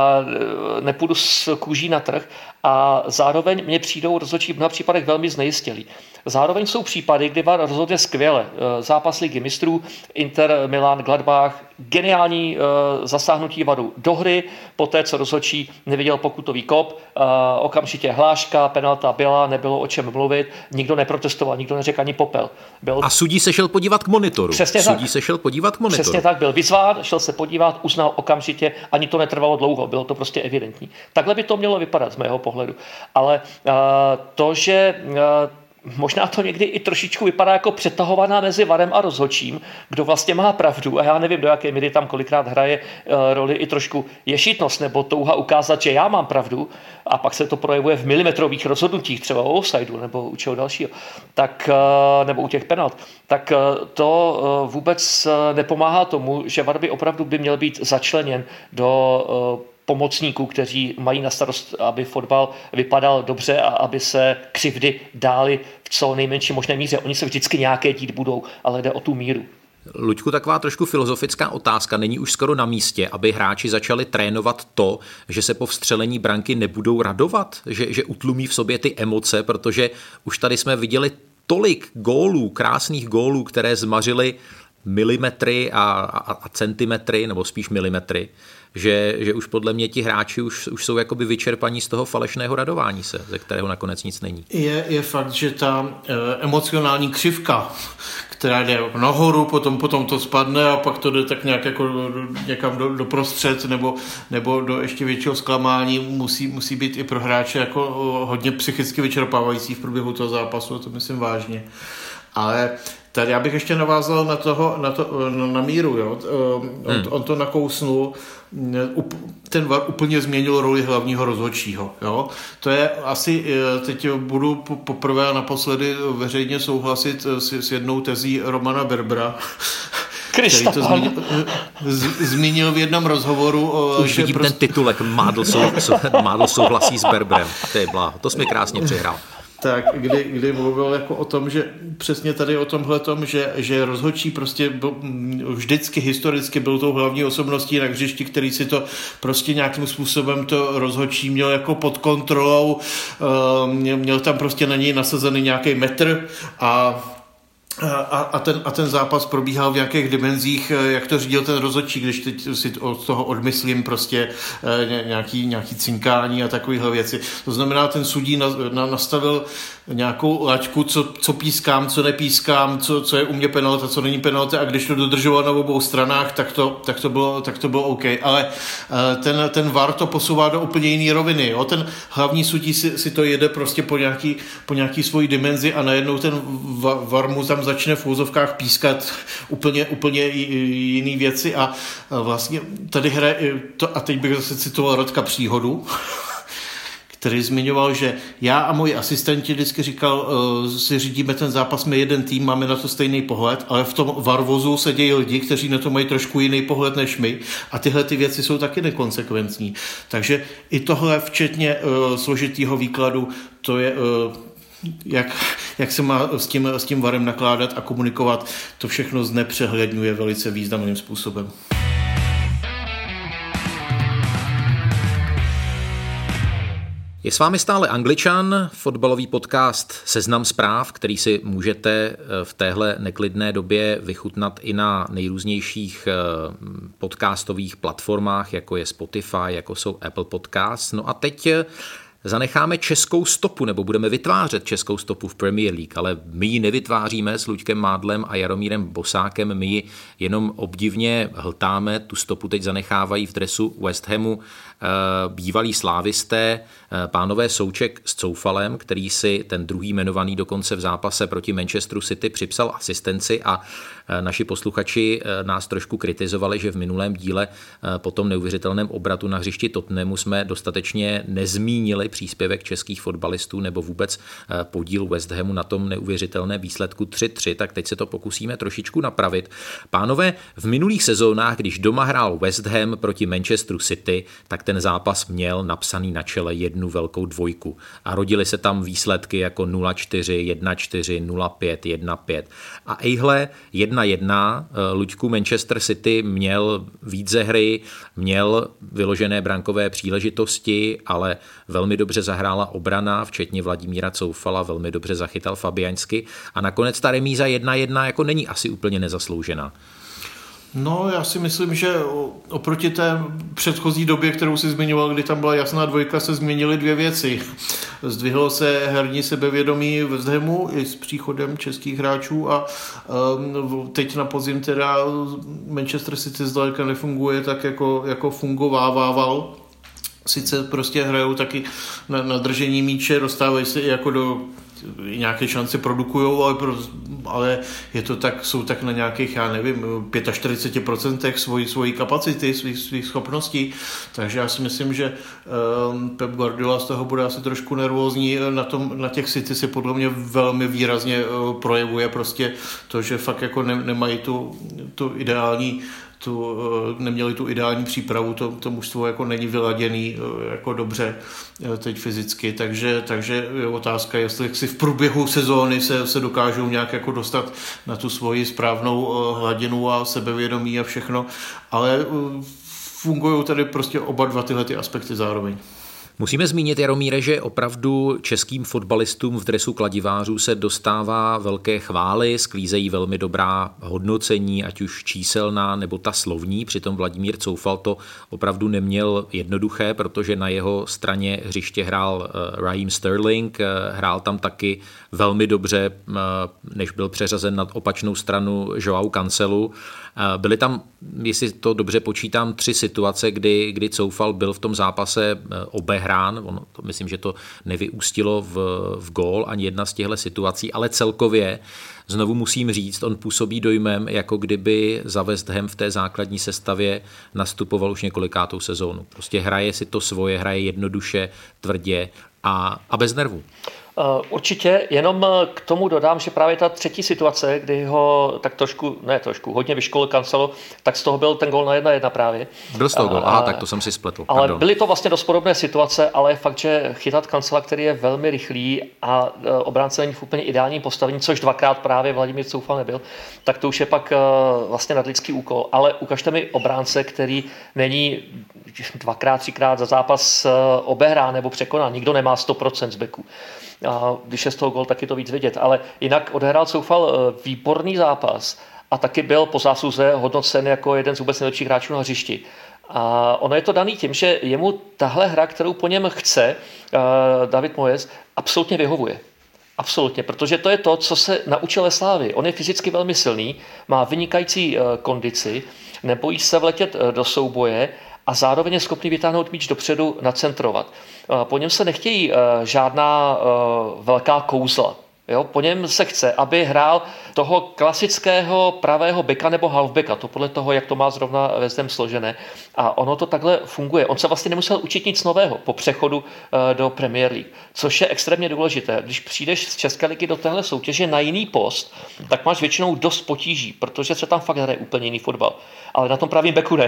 Nepůjdu s kůží na trh. A zároveň mě přijdou rozhodčí v mnoha případech velmi znejistělí. Zároveň jsou případy, kdy V A R rozhodně skvěle. Zápas Ligy mistrů, Inter, Milan, Gladbach, geniální zasáhnutí V A R do hry, poté, co rozhodčí neviděl pokutový kop, okamžitě hláška, penalta byla, nebylo o čem mluvit, nikdo neprotestoval, nikdo neřekl ani popel. Byl... A sudí se šel podívat k monitoru. Přesně sudí tak. se šel podívat k monitoru. Přesně tak, byl vyzván, šel se podívat, uznal okamžitě, ani to netrvalo dlouho, bylo to prostě evidentní. Takhle by to mělo vypadat z mého pohledu. Ale uh, to, že uh, možná to někdy i trošičku vypadá jako přetahovaná mezi VARem a rozhodčím, kdo vlastně má pravdu a já nevím, do jaké míry tam kolikrát hraje uh, roli i trošku ješitnost nebo touha ukázat, že já mám pravdu a pak se to projevuje v milimetrových rozhodnutích, třeba o offsideu nebo u čeho dalšího, tak, uh, nebo u těch penalt, tak uh, to uh, vůbec uh, nepomáhá tomu, že VAR by opravdu by měl být začleněn do uh, pomocníků, kteří mají na starost, aby fotbal vypadal dobře a aby se křivdy dály v co nejmenší možné míře. Oni se vždycky nějaké dít budou, ale jde o tu míru. Luďku, taková trošku filozofická otázka. Není už skoro na místě, aby hráči začali trénovat to, že se po vstřelení branky nebudou radovat? Že, že utlumí v sobě ty emoce, protože už tady jsme viděli tolik gólů, krásných gólů, které zmařily milimetry a, a, a centimetry, nebo spíš milimetry, že, že už podle mě ti hráči už, už jsou jakoby vyčerpaní z toho falešného radování se, ze kterého nakonec nic není. Je, je fakt, že ta e, emocionální křivka, která jde nahoru, potom, potom to spadne a pak to jde tak nějak jako do, někam do, do prostřed nebo, nebo do ještě většího zklamání, musí, musí být i pro hráče jako hodně psychicky vyčerpávající v průběhu toho zápasu, to myslím vážně. Ale tady já bych ještě navázal na toho, na, to, na, na míru, jo. On, hmm. on to nakousnul, ten VAR úplně změnil roli hlavního rozhodčího, jo. To je asi, teď budu poprvé a naposledy veřejně souhlasit s, s jednou tezí Romana Berbera, který to zmínil, zmínil v jednom rozhovoru. Už že vidím prostě... ten titulek, Mádl, sou, Mádl souhlasí s Berberem. To je bláho, to jsi mi krásně přihrál. Tak, kdy, kdy mluvil jako o tom, že přesně tady o tomhletom, že, že rozhodčí prostě byl, vždycky historicky byl tou hlavní osobností na hřišti, který si to prostě nějakým způsobem to rozhodčí měl jako pod kontrolou, měl tam prostě na něj nasazený nějaký metr a A, a, ten, a ten zápas probíhal v nějakých dimenzích, jak to řídil ten rozhodčí, když teď si od toho odmyslím prostě nějaký, nějaký cinkání a takovéhle věci. To znamená, ten sudí na, na, nastavil nějakou laťku, co, co pískám, co nepískám, co, co je u mě penalta, co není penalta, a když to dodržoval na obou stranách, tak to, tak to, bylo, tak to bylo OK. Ale ten, ten VAR to posouvá do úplně jiné roviny. Jo? Ten hlavní sudí si, si to jede prostě po nějaký, po nějaký svojí dimenzi a najednou ten VAR mu tam začne v úzovkách pískat úplně, úplně jiný věci a vlastně tady hraje to, a teď bych zase citoval Radka Příhodu, který zmiňoval, že já a moji asistenti vždycky říkal, uh, si řídíme ten zápas, my jeden tým, máme na to stejný pohled, ale v tom varvozu se dějí lidi, kteří na to mají trošku jiný pohled než my a tyhle ty věci jsou taky nekonsekventní. Takže i tohle, včetně uh, složitýho výkladu, to je... Uh, Jak, jak se má s tím, s tím VARem nakládat a komunikovat, to všechno znepřehledňuje velice významným způsobem. Je s vámi stále Angličan, fotbalový podcast Seznam zpráv, který si můžete v téhle neklidné době vychutnat i na nejrůznějších podcastových platformách, jako je Spotify, jako jsou Apple Podcasts. No a teď zanecháme českou stopu, nebo budeme vytvářet českou stopu v Premier League, ale my ji nevytváříme s Luďkem Mádlem a Jaromírem Bosákem, my ji jenom obdivně hltáme, tu stopu teď zanechávají v dresu West Hamu bývalí slávisté, pánové Souček s Coufalem, který si ten druhý jmenovaný dokonce v zápase proti Manchesteru City připsal asistenci, a naši posluchači nás trošku kritizovali, že v minulém díle po tom neuvěřitelném obratu na hřišti Tottenhamu jsme dostatečně nezmínili příspěvek českých fotbalistů nebo vůbec podíl West Hamu na tom neuvěřitelné výsledku tři tři, tak teď se to pokusíme trošičku napravit. Pánové, v minulých sezónách, když doma hrál West Ham proti Manchesteru City, tak ten zápas měl napsaný na čele jednu velkou dvojku a rodily se tam výsledky jako nula čtyři, jedna čtyři, nula pět, jedna pět. A ejhle jedna jedna, Luďku, Manchester City měl víc ze hry, měl vyložené brankové příležitosti, ale velmi dobře zahrála obrana, včetně Vladimíra Coufala, velmi dobře zachytal Fabiaňsky a nakonec ta remíza jedna jedna jako není asi úplně nezasloužená. No, já si myslím, že oproti té předchozí době, kterou si zmiňoval, kdy tam byla jasná dvojka, se změnily dvě věci. Zdvihlo se herní sebevědomí West Hamu i s příchodem českých hráčů a um, teď na podzim teda Manchester City zdaleka nefunguje tak, jako, jako fungovával. Sice prostě hrajou taky na, na držení míče, dostávají se i jako do nějaké šance produkujou, ale, ale je to tak, jsou tak na nějakých, já nevím, čtyřicet pět procent svojí, svojí kapacity, svých, svých schopností, takže já si myslím, že um, Pep Guardiola z toho bude asi trošku nervózní, na, tom, na těch City se podle mě velmi výrazně uh, projevuje prostě to, že fakt jako ne, nemají tu, tu ideální Tu, neměli tu ideální přípravu, to, to mužstvo jako není vyladěný jako dobře teď fyzicky, takže, takže je otázka, jestli si v průběhu sezóny se, se dokážou nějak jako dostat na tu svoji správnou hladinu a sebevědomí a všechno, ale fungují tady prostě oba dva tyhle ty aspekty zároveň. Musíme zmínit, Jaromíre, že opravdu českým fotbalistům v dresu kladivářů se dostává velké chvály, sklízejí velmi dobrá hodnocení, ať už číselná nebo ta slovní. Přitom Vladimír Coufal to opravdu neměl jednoduché, protože na jeho straně hřiště hrál Raheem Sterling, hrál tam taky velmi dobře, než byl přeřazen na opačnou stranu Joao Cancelu. Byly tam, jestli to dobře počítám, tři situace, kdy, kdy Coufal byl v tom zápase obehrán. Ono, to, myslím, že to nevyústilo v, v gól ani jedna z těchto situací, ale celkově, znovu musím říct, on působí dojmem, jako kdyby za West Ham v té základní sestavě nastupoval už několikátou sezónu. Prostě hraje si to svoje, hraje jednoduše, tvrdě a, a bez nervů. Určitě, jenom k tomu dodám, že právě ta třetí situace, kdy ho tak trošku, ne trošku, hodně vyškolil Cancelo, tak z toho byl ten gól na jedna jedna právě. Byl z toho gól, aha, tak to jsem si spletl. Ale Pardon. byly to vlastně dost podobné situace, ale je fakt, že chytat Cancela, který je velmi rychlý a obránce není v úplně ideálním postavení, což dvakrát právě Vladimír Coufal nebyl, tak to už je pak vlastně nadlidský úkol. Ale ukažte mi obránce, který není dvakrát, třikrát za zápas obehrán nebo překonán. Nikdo nemá sto procent z beku. A když je z toho gól, tak je to víc vidět. Ale jinak odehrál Coufal výborný zápas a taky byl po zásluze hodnocen jako jeden z vůbec nejlepších hráčů na hřišti. A ono je to daný tím, že jemu tahle hra, kterou po něm chce David Moyes, absolutně vyhovuje. Absolutně, protože to je to, co se naučil ve Slávii. On je fyzicky velmi silný, má vynikající kondici, nebojí se vletět do souboje a zároveň je schopný vytáhnout míč dopředu, nacentrovat. Po něm se nechtějí žádná velká kouzla. Jo? Po něm se chce, aby hrál toho klasického pravého beka nebo halfbacka, to podle toho, jak to má zrovna West Ham složené. A ono to takhle funguje. On se vlastně nemusel učit nic nového po přechodu do Premier League, což je extrémně důležité. Když přijdeš z České ligy do téhle soutěže na jiný post, tak máš většinou dost potíží, protože se tam fakt hraje úplně jiný fotbal. Ale na tom pravém beku ne.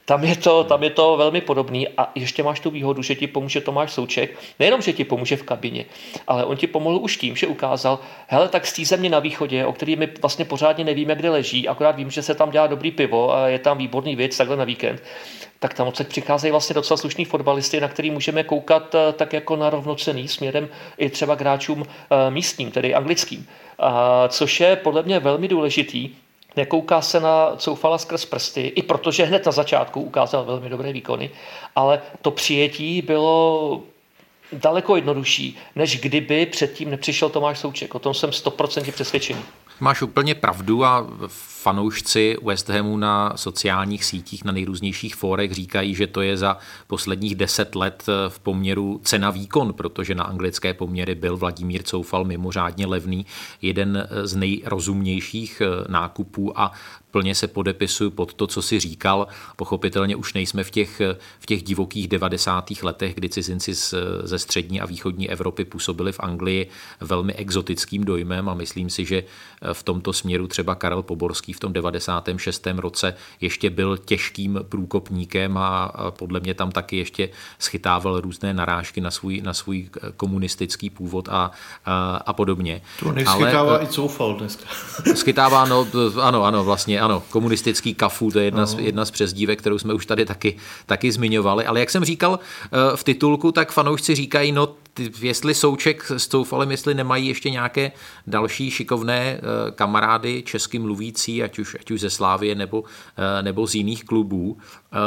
Tam je, to, tam je to velmi podobný a ještě máš tu výhodu, že ti pomůže Tomáš Souček, nejenom, že ti pomůže v kabině, ale on ti pomohl už tím, že ukázal, hele, tak z té země na východě, o který my vlastně pořádně nevíme, kde leží, akorát vím, že se tam dělá dobrý pivo a je tam výborný věc takhle na víkend, tak tam odsaď přicházejí vlastně docela slušní fotbalisty, na který můžeme koukat tak jako na rovnocenný směrem i třeba k hráčům místním, tedy anglickým. A což je podle mě velmi důležitý. Nekouká se na Coufala skrz prsty, i protože hned na začátku ukázal velmi dobré výkony, ale to přijetí bylo daleko jednodušší, než kdyby předtím nepřišel Tomáš Souček. O tom jsem sto procent přesvědčený. Máš úplně pravdu a fanoušci West Hamu na sociálních sítích, na nejrůznějších fórech říkají, že to je za posledních deset let v poměru cena-výkon, protože na anglické poměry byl Vladimír Coufal mimořádně levný, jeden z nejrozumnějších nákupů a plně se podepisuju pod to, co si říkal. Pochopitelně už nejsme v těch, v těch divokých devadesátých letech, kdy cizinci z, ze střední a východní Evropy působili v Anglii velmi exotickým dojmem a myslím si, že v tomto směru třeba Karel Poborský v tom devadesátém šestém roce ještě byl těžkým průkopníkem a podle mě tam taky ještě schytával různé narážky na svůj, na svůj komunistický původ a, a, a podobně. To neschytává ale, i Coufal dneska. Schytává, no, ano, ano, vlastně, ano, komunistický kafu, to je jedna, no. z, jedna z přezdívek, kterou jsme už tady taky, taky zmiňovali, ale jak jsem říkal v titulku, tak fanoušci říkají, no, jestli Souček s Coufalem, jestli nemají ještě nějaké další šikovné kamarády česky mluvící, ať už, ať už ze Slávie nebo, nebo z jiných klubů.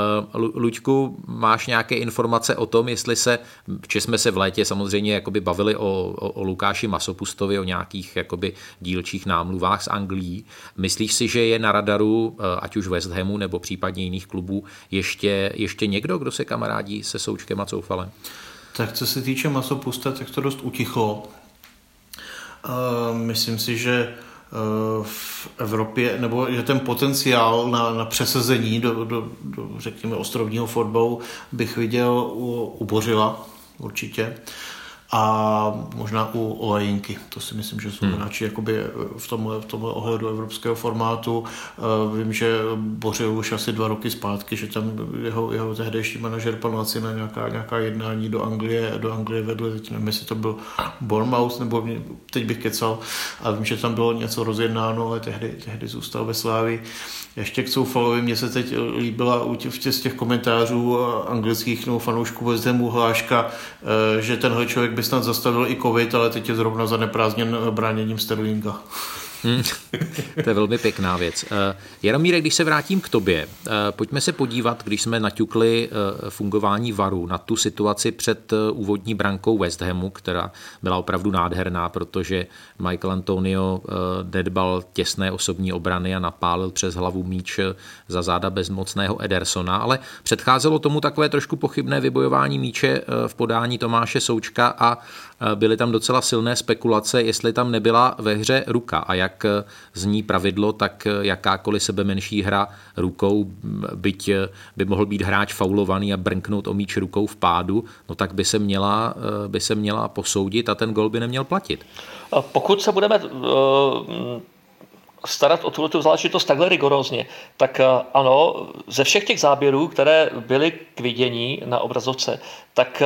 Luďku, máš nějaké informace o tom, jestli se, že jsme se v létě samozřejmě jakoby bavili o, o, o Lukáši Masopustovi, o nějakých jakoby dílčích námluvách z Anglií. Myslíš si, že je na radaru, ať už West Hamu nebo případně jiných klubů, ještě, ještě někdo, kdo se kamarádí se Součkem a Coufalem? Tak co se týče Masopusta, tak to dost utichlo. Uh, myslím si, že uh, v Evropě, nebo že ten potenciál na, na přesazení do, do, do, řekněme, ostrovního fotbalu bych viděl u, u Bořila určitě. A možná u Olejinky. To si myslím, že jsou hmm. hráči jakoby v tomhle, v tomhle ohledu evropského formátu. Vím, že Bořil už asi dva roky zpátky, že tam jeho, jeho tehdejší manažer pan Lacina nějaká, nějaká jednání do Anglie, do Anglie vedle, teď nevím, jestli to byl Bournemouth, nebo teď bych kecal, a vím, že tam bylo něco rozjednáno, ale tehdy, tehdy zůstal ve Slávii. Ještě k Coufalovi mě se teď líbila u těch, z těch komentářů anglických nebo fanoušků West Hamu hláška, že tenhle člověk by snad zastavil i covid, ale teď je zrovna zaneprázdněn bráněním Sterlinga. Hmm. To je velmi pěkná věc. Jaromíre, když se vrátím k tobě, pojďme se podívat, když jsme naťukli fungování VARu na tu situaci před úvodní brankou West Hamu, která byla opravdu nádherná, protože Michael Antonio nedbal těsné osobní obrany a napálil přes hlavu míč za záda bezmocného Edersona, ale předcházelo tomu takové trošku pochybné vybojování míče v podání Tomáše Součka a byly tam docela silné spekulace, jestli tam nebyla ve hře ruka a jak zní pravidlo, tak jakákoliv sebemenší hra rukou, byť by mohl být hráč faulovaný a brnknout o míč rukou v pádu, no tak by se měla, by se měla posoudit a ten gol by neměl platit. Pokud se budeme uh... starat o tuto záležitost takhle rigorózně, tak ano, ze všech těch záběrů, které byly k vidění na obrazovce, tak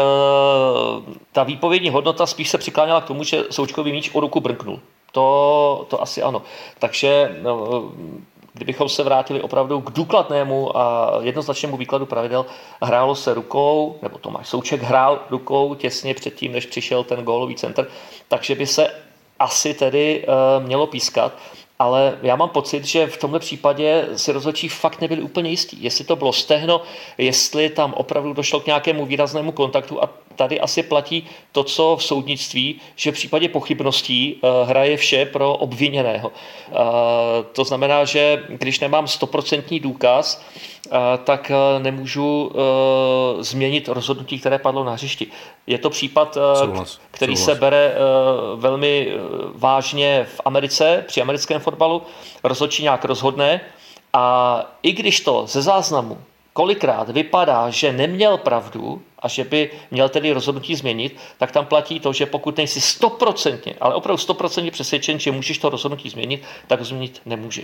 ta výpovědní hodnota spíš se přikláněla k tomu, že Součkový míč o ruku brnknul. To, to asi ano. Takže kdybychom se vrátili opravdu k důkladnému a jednoznačnému výkladu pravidel, hrálo se rukou, nebo Tomáš Souček hrál rukou těsně předtím, než přišel ten gólový centr, takže by se asi tedy mělo pískat. Ale já mám pocit, že v tomhle případě si rozhodčí fakt nebyli úplně jistí. Jestli to bylo stehno, jestli tam opravdu došlo k nějakému výraznému kontaktu a tady asi platí to, co v soudnictví, že v případě pochybností uh, hraje vše pro obviněného. Uh, to znamená, že když nemám stoprocentní důkaz, uh, tak uh, nemůžu uh, změnit rozhodnutí, které padlo na hřišti. Je to případ, uh, Souhlas. který Souhlas. se bere uh, velmi uh, vážně v Americe, při americkém fotbalu. Rozhodčí nějak rozhodne a i když to ze záznamu kolikrát vypadá, že neměl pravdu a že by měl tedy rozhodnutí změnit, tak tam platí to, že pokud nejsi stoprocentně, ale opravdu stoprocentně přesvědčen, že můžeš to rozhodnutí změnit, tak ho změnit nemůžeš.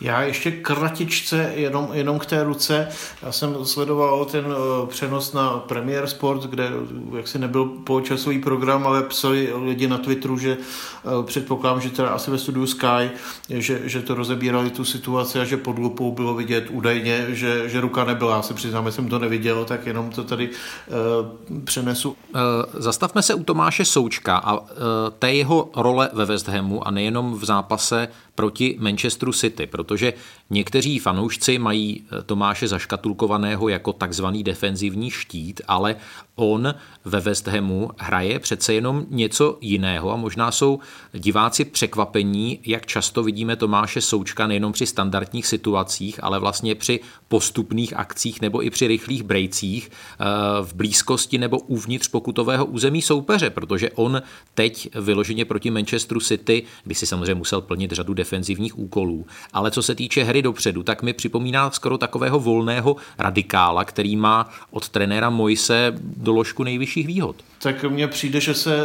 Já ještě kratičce jenom, jenom k té ruce. Já jsem sledoval ten přenos na Premier Sport, kde jaksi nebyl poločasový program, ale psali lidi na Twitteru, že předpokládám, že teda asi ve studiu Sky, že, že to rozebírali tu situaci a že pod lupou bylo vidět údajně, že, že ruka nebyla. Já se přiznám, že jsem to neviděl, tak jenom to tady uh, přenesu. Zastavme se u Tomáše Součka a uh, té jeho role ve West Hamu a nejenom v zápase proti Manchesteru City, protože někteří fanoušci mají Tomáše zaškatulkovaného jako takzvaný defenzivní štít, ale on ve West Hamu hraje přece jenom něco jiného a možná jsou diváci překvapení, jak často vidíme Tomáše Součka nejenom při standardních situacích, ale vlastně při postupných akcích nebo i při rychlých brejcích v blízkosti nebo uvnitř pokutového území soupeře, protože on teď vyloženě proti Manchesteru City, kdy si samozřejmě musel plnit řadu defenzivních úkolů, ale co se týče hry dopředu, tak mi připomíná skoro takového volného radikála, který má od trenéra Moise doložku nejvyšších výhod. Tak mně přijde, že se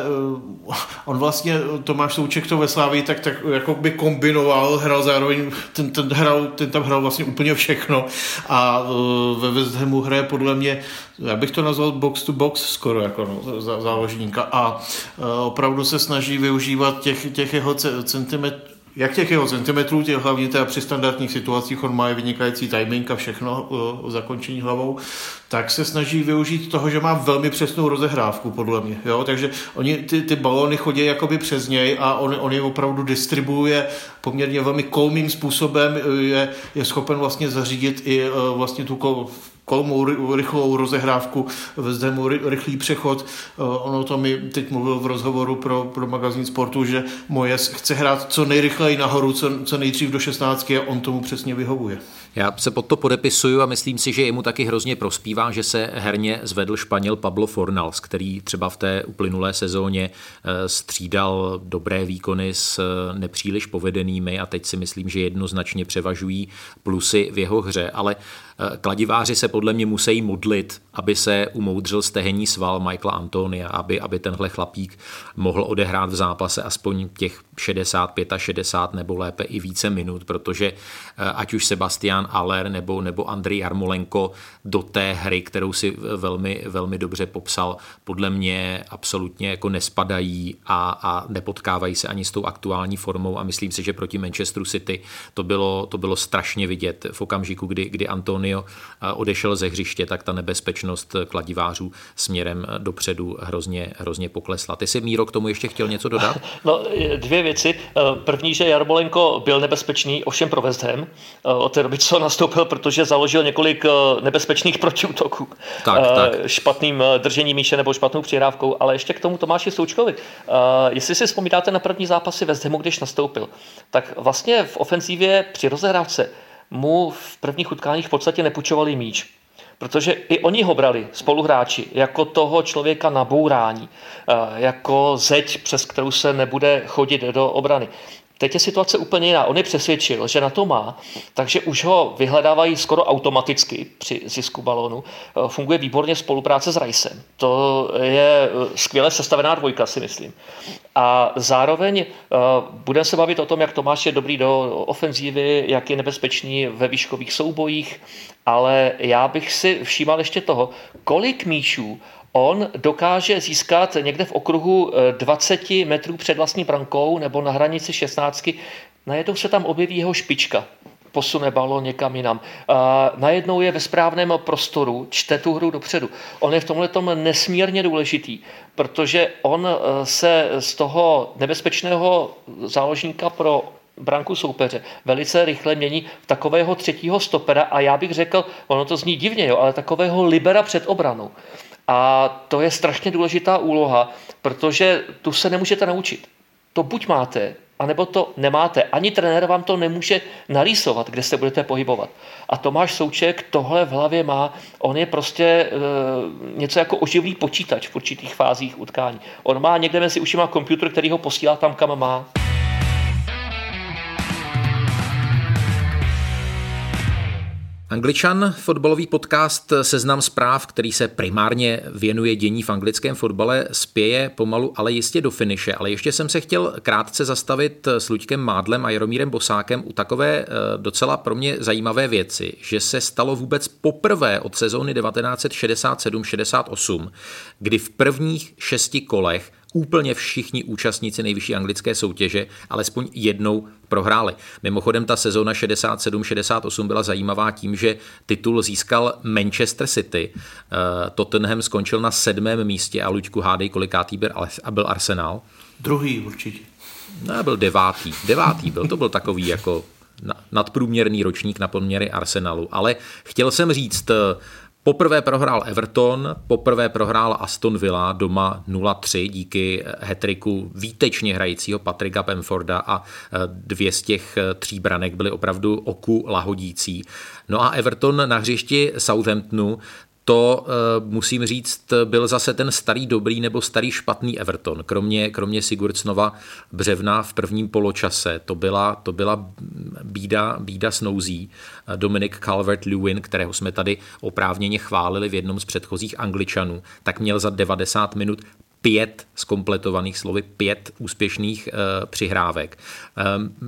on vlastně, Tomáš Souček to ve Slávii tak, tak jako by kombinoval, hrál zároveň, ten, ten, hrál, ten tam hrál vlastně úplně všechno a ve West Hamu hraje podle mě, já bych to nazval box to box skoro jako no, záložníka a opravdu se snaží využívat těch, těch jeho centimetrů, jak těch jeho centimetrů, těch hlavně teda při standardních situacích, on má vynikající timing a všechno o zakončení hlavou, tak se snaží využít toho, že má velmi přesnou rozehrávku, podle mě. Jo? Takže oni ty, ty balóny chodí jakoby přes něj a on, on je opravdu distribuuje poměrně velmi kolmým způsobem, je, je schopen vlastně zařídit i vlastně tu kol, kolmou rychlou rozehrávku, West Hamu rychlý přechod. Ono to mi teď mluvil v rozhovoru pro, pro magazín Sportu, že Moyes chce hrát co nejrychleji nahoru, co, co nejdřív do šestnáctky a on tomu přesně vyhovuje. Já se pod to podepisuju a myslím si, že jemu taky hrozně prospívá, že se herně zvedl Španěl Pablo Fornals, který třeba v té uplynulé sezóně střídal dobré výkony s nepříliš povedenými a teď si myslím, že jednoznačně převažují plusy v jeho hře, ale kladiváři se podle mě musí modlit, aby se umoudřil stehenní sval Michaela Antonia, aby, aby tenhle chlapík mohl odehrát v zápase aspoň těch šedesát pět a šedesát nebo lépe i více minut, protože ať už Sebastian Haller nebo, nebo Andrej Jarmolenko do té hry, kterou si velmi, velmi dobře popsal, podle mě absolutně jako nespadají a, a nepotkávají se ani s tou aktuální formou a myslím si, že proti Manchesteru City to bylo, to bylo strašně vidět v okamžiku, kdy, kdy Antonio odešel ze hřiště, tak ta nebezpečnost kladivářů směrem dopředu hrozně, hrozně poklesla. Ty jsi, Míro, k tomu ještě chtěl něco dodat? No, dvě věci. První, že Jarmolenko byl nebezpečný, ovšem pro West Ham, od té doby, co nastoupil, protože založil několik nebezpečných protiútoků. Tak, tak. Špatným držením míče nebo špatnou přihrávkou, ale ještě k tomu Tomáši Součkovi. Jestli si vzpomínáte na první zápasy West Hamu, když nastoupil, tak vlastně v ofenzívě při rozehrávce mu v prvních utkáních v podstatě nepůjčovali míč. Protože i oni ho brali, spoluhráči, jako toho člověka na bourání, jako zeď, přes kterou se nebude chodit do obrany. Teď je situace úplně jiná. On je přesvědčil, že na to má, takže už ho vyhledávají skoro automaticky při zisku balónu. Funguje výborně spolupráce s Ricem. To je skvěle sestavená dvojka, si myslím. A zároveň budeme se bavit o tom, jak Tomáš je dobrý do ofenzívy, jak je nebezpečný ve výškových soubojích, ale já bych si všímal ještě toho, kolik míčů on dokáže získat někde v okruhu dvacet metrů před vlastní brankou nebo na hranici šestnáctky. Najednou se tam objeví jeho špička, posune balón někam jinam. A najednou je ve správném prostoru, čte tu hru dopředu. On je v tomhletom nesmírně důležitý, protože on se z toho nebezpečného záložníka pro branku soupeře velice rychle mění v takového třetího stopera a já bych řekl, ono to zní divně, jo, ale takového libera před obranou. A to je strašně důležitá úloha, protože tu se nemůžete naučit. To buď máte, anebo to nemáte. Ani trenér vám to nemůže narýsovat, kde se budete pohybovat. A Tomáš Souček tohle v hlavě má. On je prostě e, něco jako oživlý počítač v určitých fázích utkání. On má někde mezi ušima počítač, který ho posílá tam, kam má. Angličan, fotbalový podcast Seznam zpráv, který se primárně věnuje dění v anglickém fotbale, spěje pomalu, ale jistě do finiše. Ale ještě jsem se chtěl krátce zastavit s Luďkem Mádlem a Jaromírem Bosákem u takové docela pro mě zajímavé věci, že se stalo vůbec poprvé od sezóny devatenáct set šedesát sedm šedesát osm, kdy v prvních šesti kolech úplně všichni účastníci nejvyšší anglické soutěže alespoň jednou prohráli. Mimochodem ta sezóna šedesát sedm šedesát osm byla zajímavá tím, že titul získal Manchester City. Tottenham skončil na sedmém místě a Luďku, hádej, kolikátý byl, byl Arsenal? Druhý určitě. No, byl devátý. Devátý byl, to byl takový jako nadprůměrný ročník na poměry Arsenalu. Ale chtěl jsem říct, poprvé prohrál Everton, poprvé prohrál Aston Villa doma nula tři díky hat-tricku výtečně hrajícího Patricka Bamforda a dvě z těch tří branek byly opravdu oku lahodící. No a Everton na hřišti Southamptonu, to musím říct, byl zase ten starý dobrý nebo starý špatný Everton. Kromě, kromě Sigurdssonova břevna v prvním poločase. To byla, to byla bída, bída snouzí. Dominic Calvert-Lewin, kterého jsme tady oprávněně chválili v jednom z předchozích Angličanů, tak měl za devadesát minut pět zkompletovaných, slovy pět úspěšných e, přihrávek. E,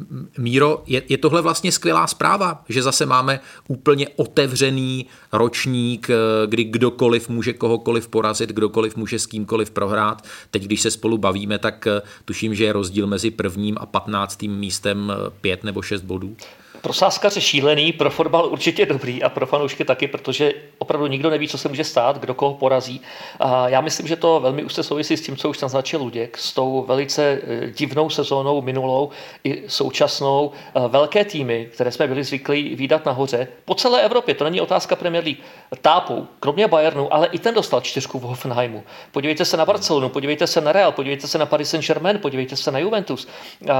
Míro, je, je tohle vlastně skvělá zpráva, že zase máme úplně otevřený ročník, e, kdy kdokoliv může kohokoliv porazit, kdokoliv může s kýmkoliv prohrát. Teď, když se spolu bavíme, tak e, tuším, že je rozdíl mezi prvním a patnáctým místem pět nebo šest bodů. Pro sázkaře šílený, pro fotbal určitě dobrý a pro fanoušky taky, protože opravdu nikdo neví, co se může stát, kdo koho porazí. A já myslím, že to velmi už se souvisí s tím, co už naznačil Luděk, s tou velice divnou sezónou minulou i současnou. Velké týmy, které jsme byli zvyklí vídat nahoře, po celé Evropě, to není otázka Premier League, tápou, kromě Bayernu, ale i ten dostal čtyřku v Hoffenheimu. Podívejte se na Barcelonu, podívejte se na Real, podívejte se na Paris Saint-Germain, podívejte se na Juventus,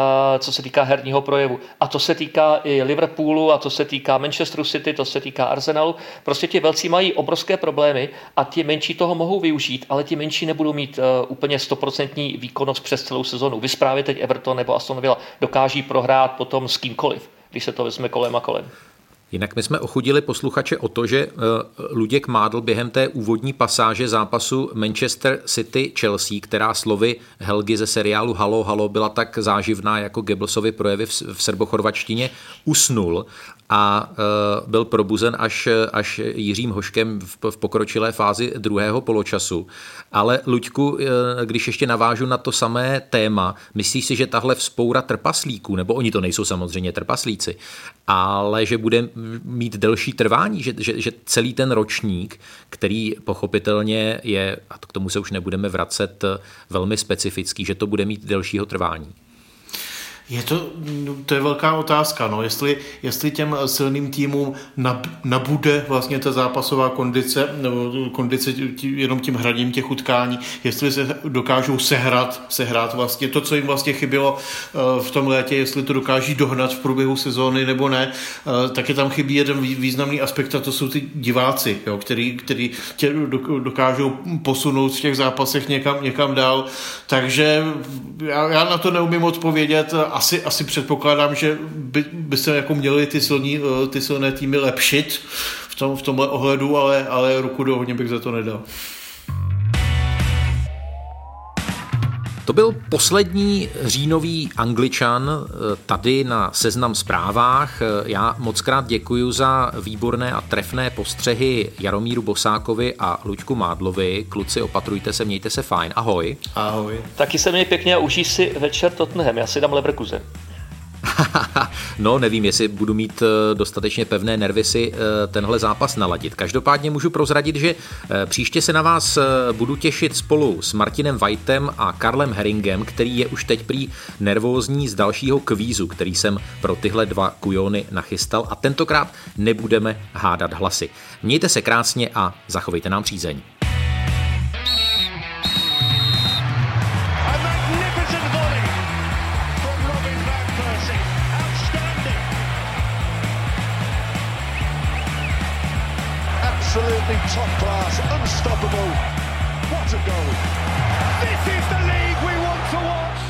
co se týká herního projevu. A to se týká i Liverpoolu a to se týká Manchesteru City, to se týká Arsenalu. Prostě ti velcí mají obrovské problémy a ti menší toho mohou využít, ale ti menší nebudou mít uh, úplně stoprocentní výkonnost přes celou sezonu. Vy právě teď Everton nebo Aston Villa dokáží prohrát potom s kýmkoliv, když se to vezme kolem a kolem. Jinak my jsme ochudili posluchače o to, že Luděk Mádl během té úvodní pasáže zápasu Manchester City-Chelsea, která slovy Helgy ze seriálu Halo, Halo byla tak záživná jako Goebbelsovy projevy v srbochorvačtině, usnul a byl probuzen až, až Jiřím Hoškem v, v pokročilé fázi druhého poločasu. Ale Luďku, když ještě navážu na to samé téma, myslíš si, že tahle vzpoura trpaslíků, nebo oni to nejsou samozřejmě trpaslíci, ale že bude mít delší trvání, že, že, že celý ten ročník, který pochopitelně je, a k tomu se už nebudeme vracet, velmi specifický, že to bude mít delšího trvání? Je to, to je velká otázka, no. jestli, jestli těm silným týmům nabude vlastně ta zápasová kondice, nebo kondice jenom tím hraním těch utkání, jestli se dokážou sehrát, sehrát vlastně to, co jim vlastně chybělo v tom létě, jestli to dokáží dohnat v průběhu sezóny nebo ne, taky tam chybí jeden významný aspekt a to jsou ty diváci, jo, který, který tě dokážou posunout v těch zápasech někam, někam dál, takže já, já na to neumím odpovědět. Asi, asi předpokládám, že by, by se jako měly ty, silní, ty silné týmy lepšit v, tom, v tomhle ohledu, ale, ale ruku do ohně bych za to nedal. To byl poslední říjnový Angličan tady na Seznam zprávách. Já moc krát děkuji za výborné a trefné postřehy Jaromíru Bosákovi a Luďku Mádlovi. Kluci, opatrujte se, mějte se fajn. Ahoj. Ahoj. Taky se měj pěkně a užij si večer Tottenham. Já si dám Leverkusen. No, nevím, jestli budu mít dostatečně pevné nervy si tenhle zápas naladit. Každopádně můžu prozradit, že příště se na vás budu těšit spolu s Martinem Whitem a Karlem Herringem, který je už teď prý nervózní z dalšího kvízu, který jsem pro tyhle dva kujony nachystal, a tentokrát nebudeme hádat hlasy. Mějte se krásně a zachovejte nám přízeň. Absolutely top class, unstoppable. What a goal. This is the league we want to watch.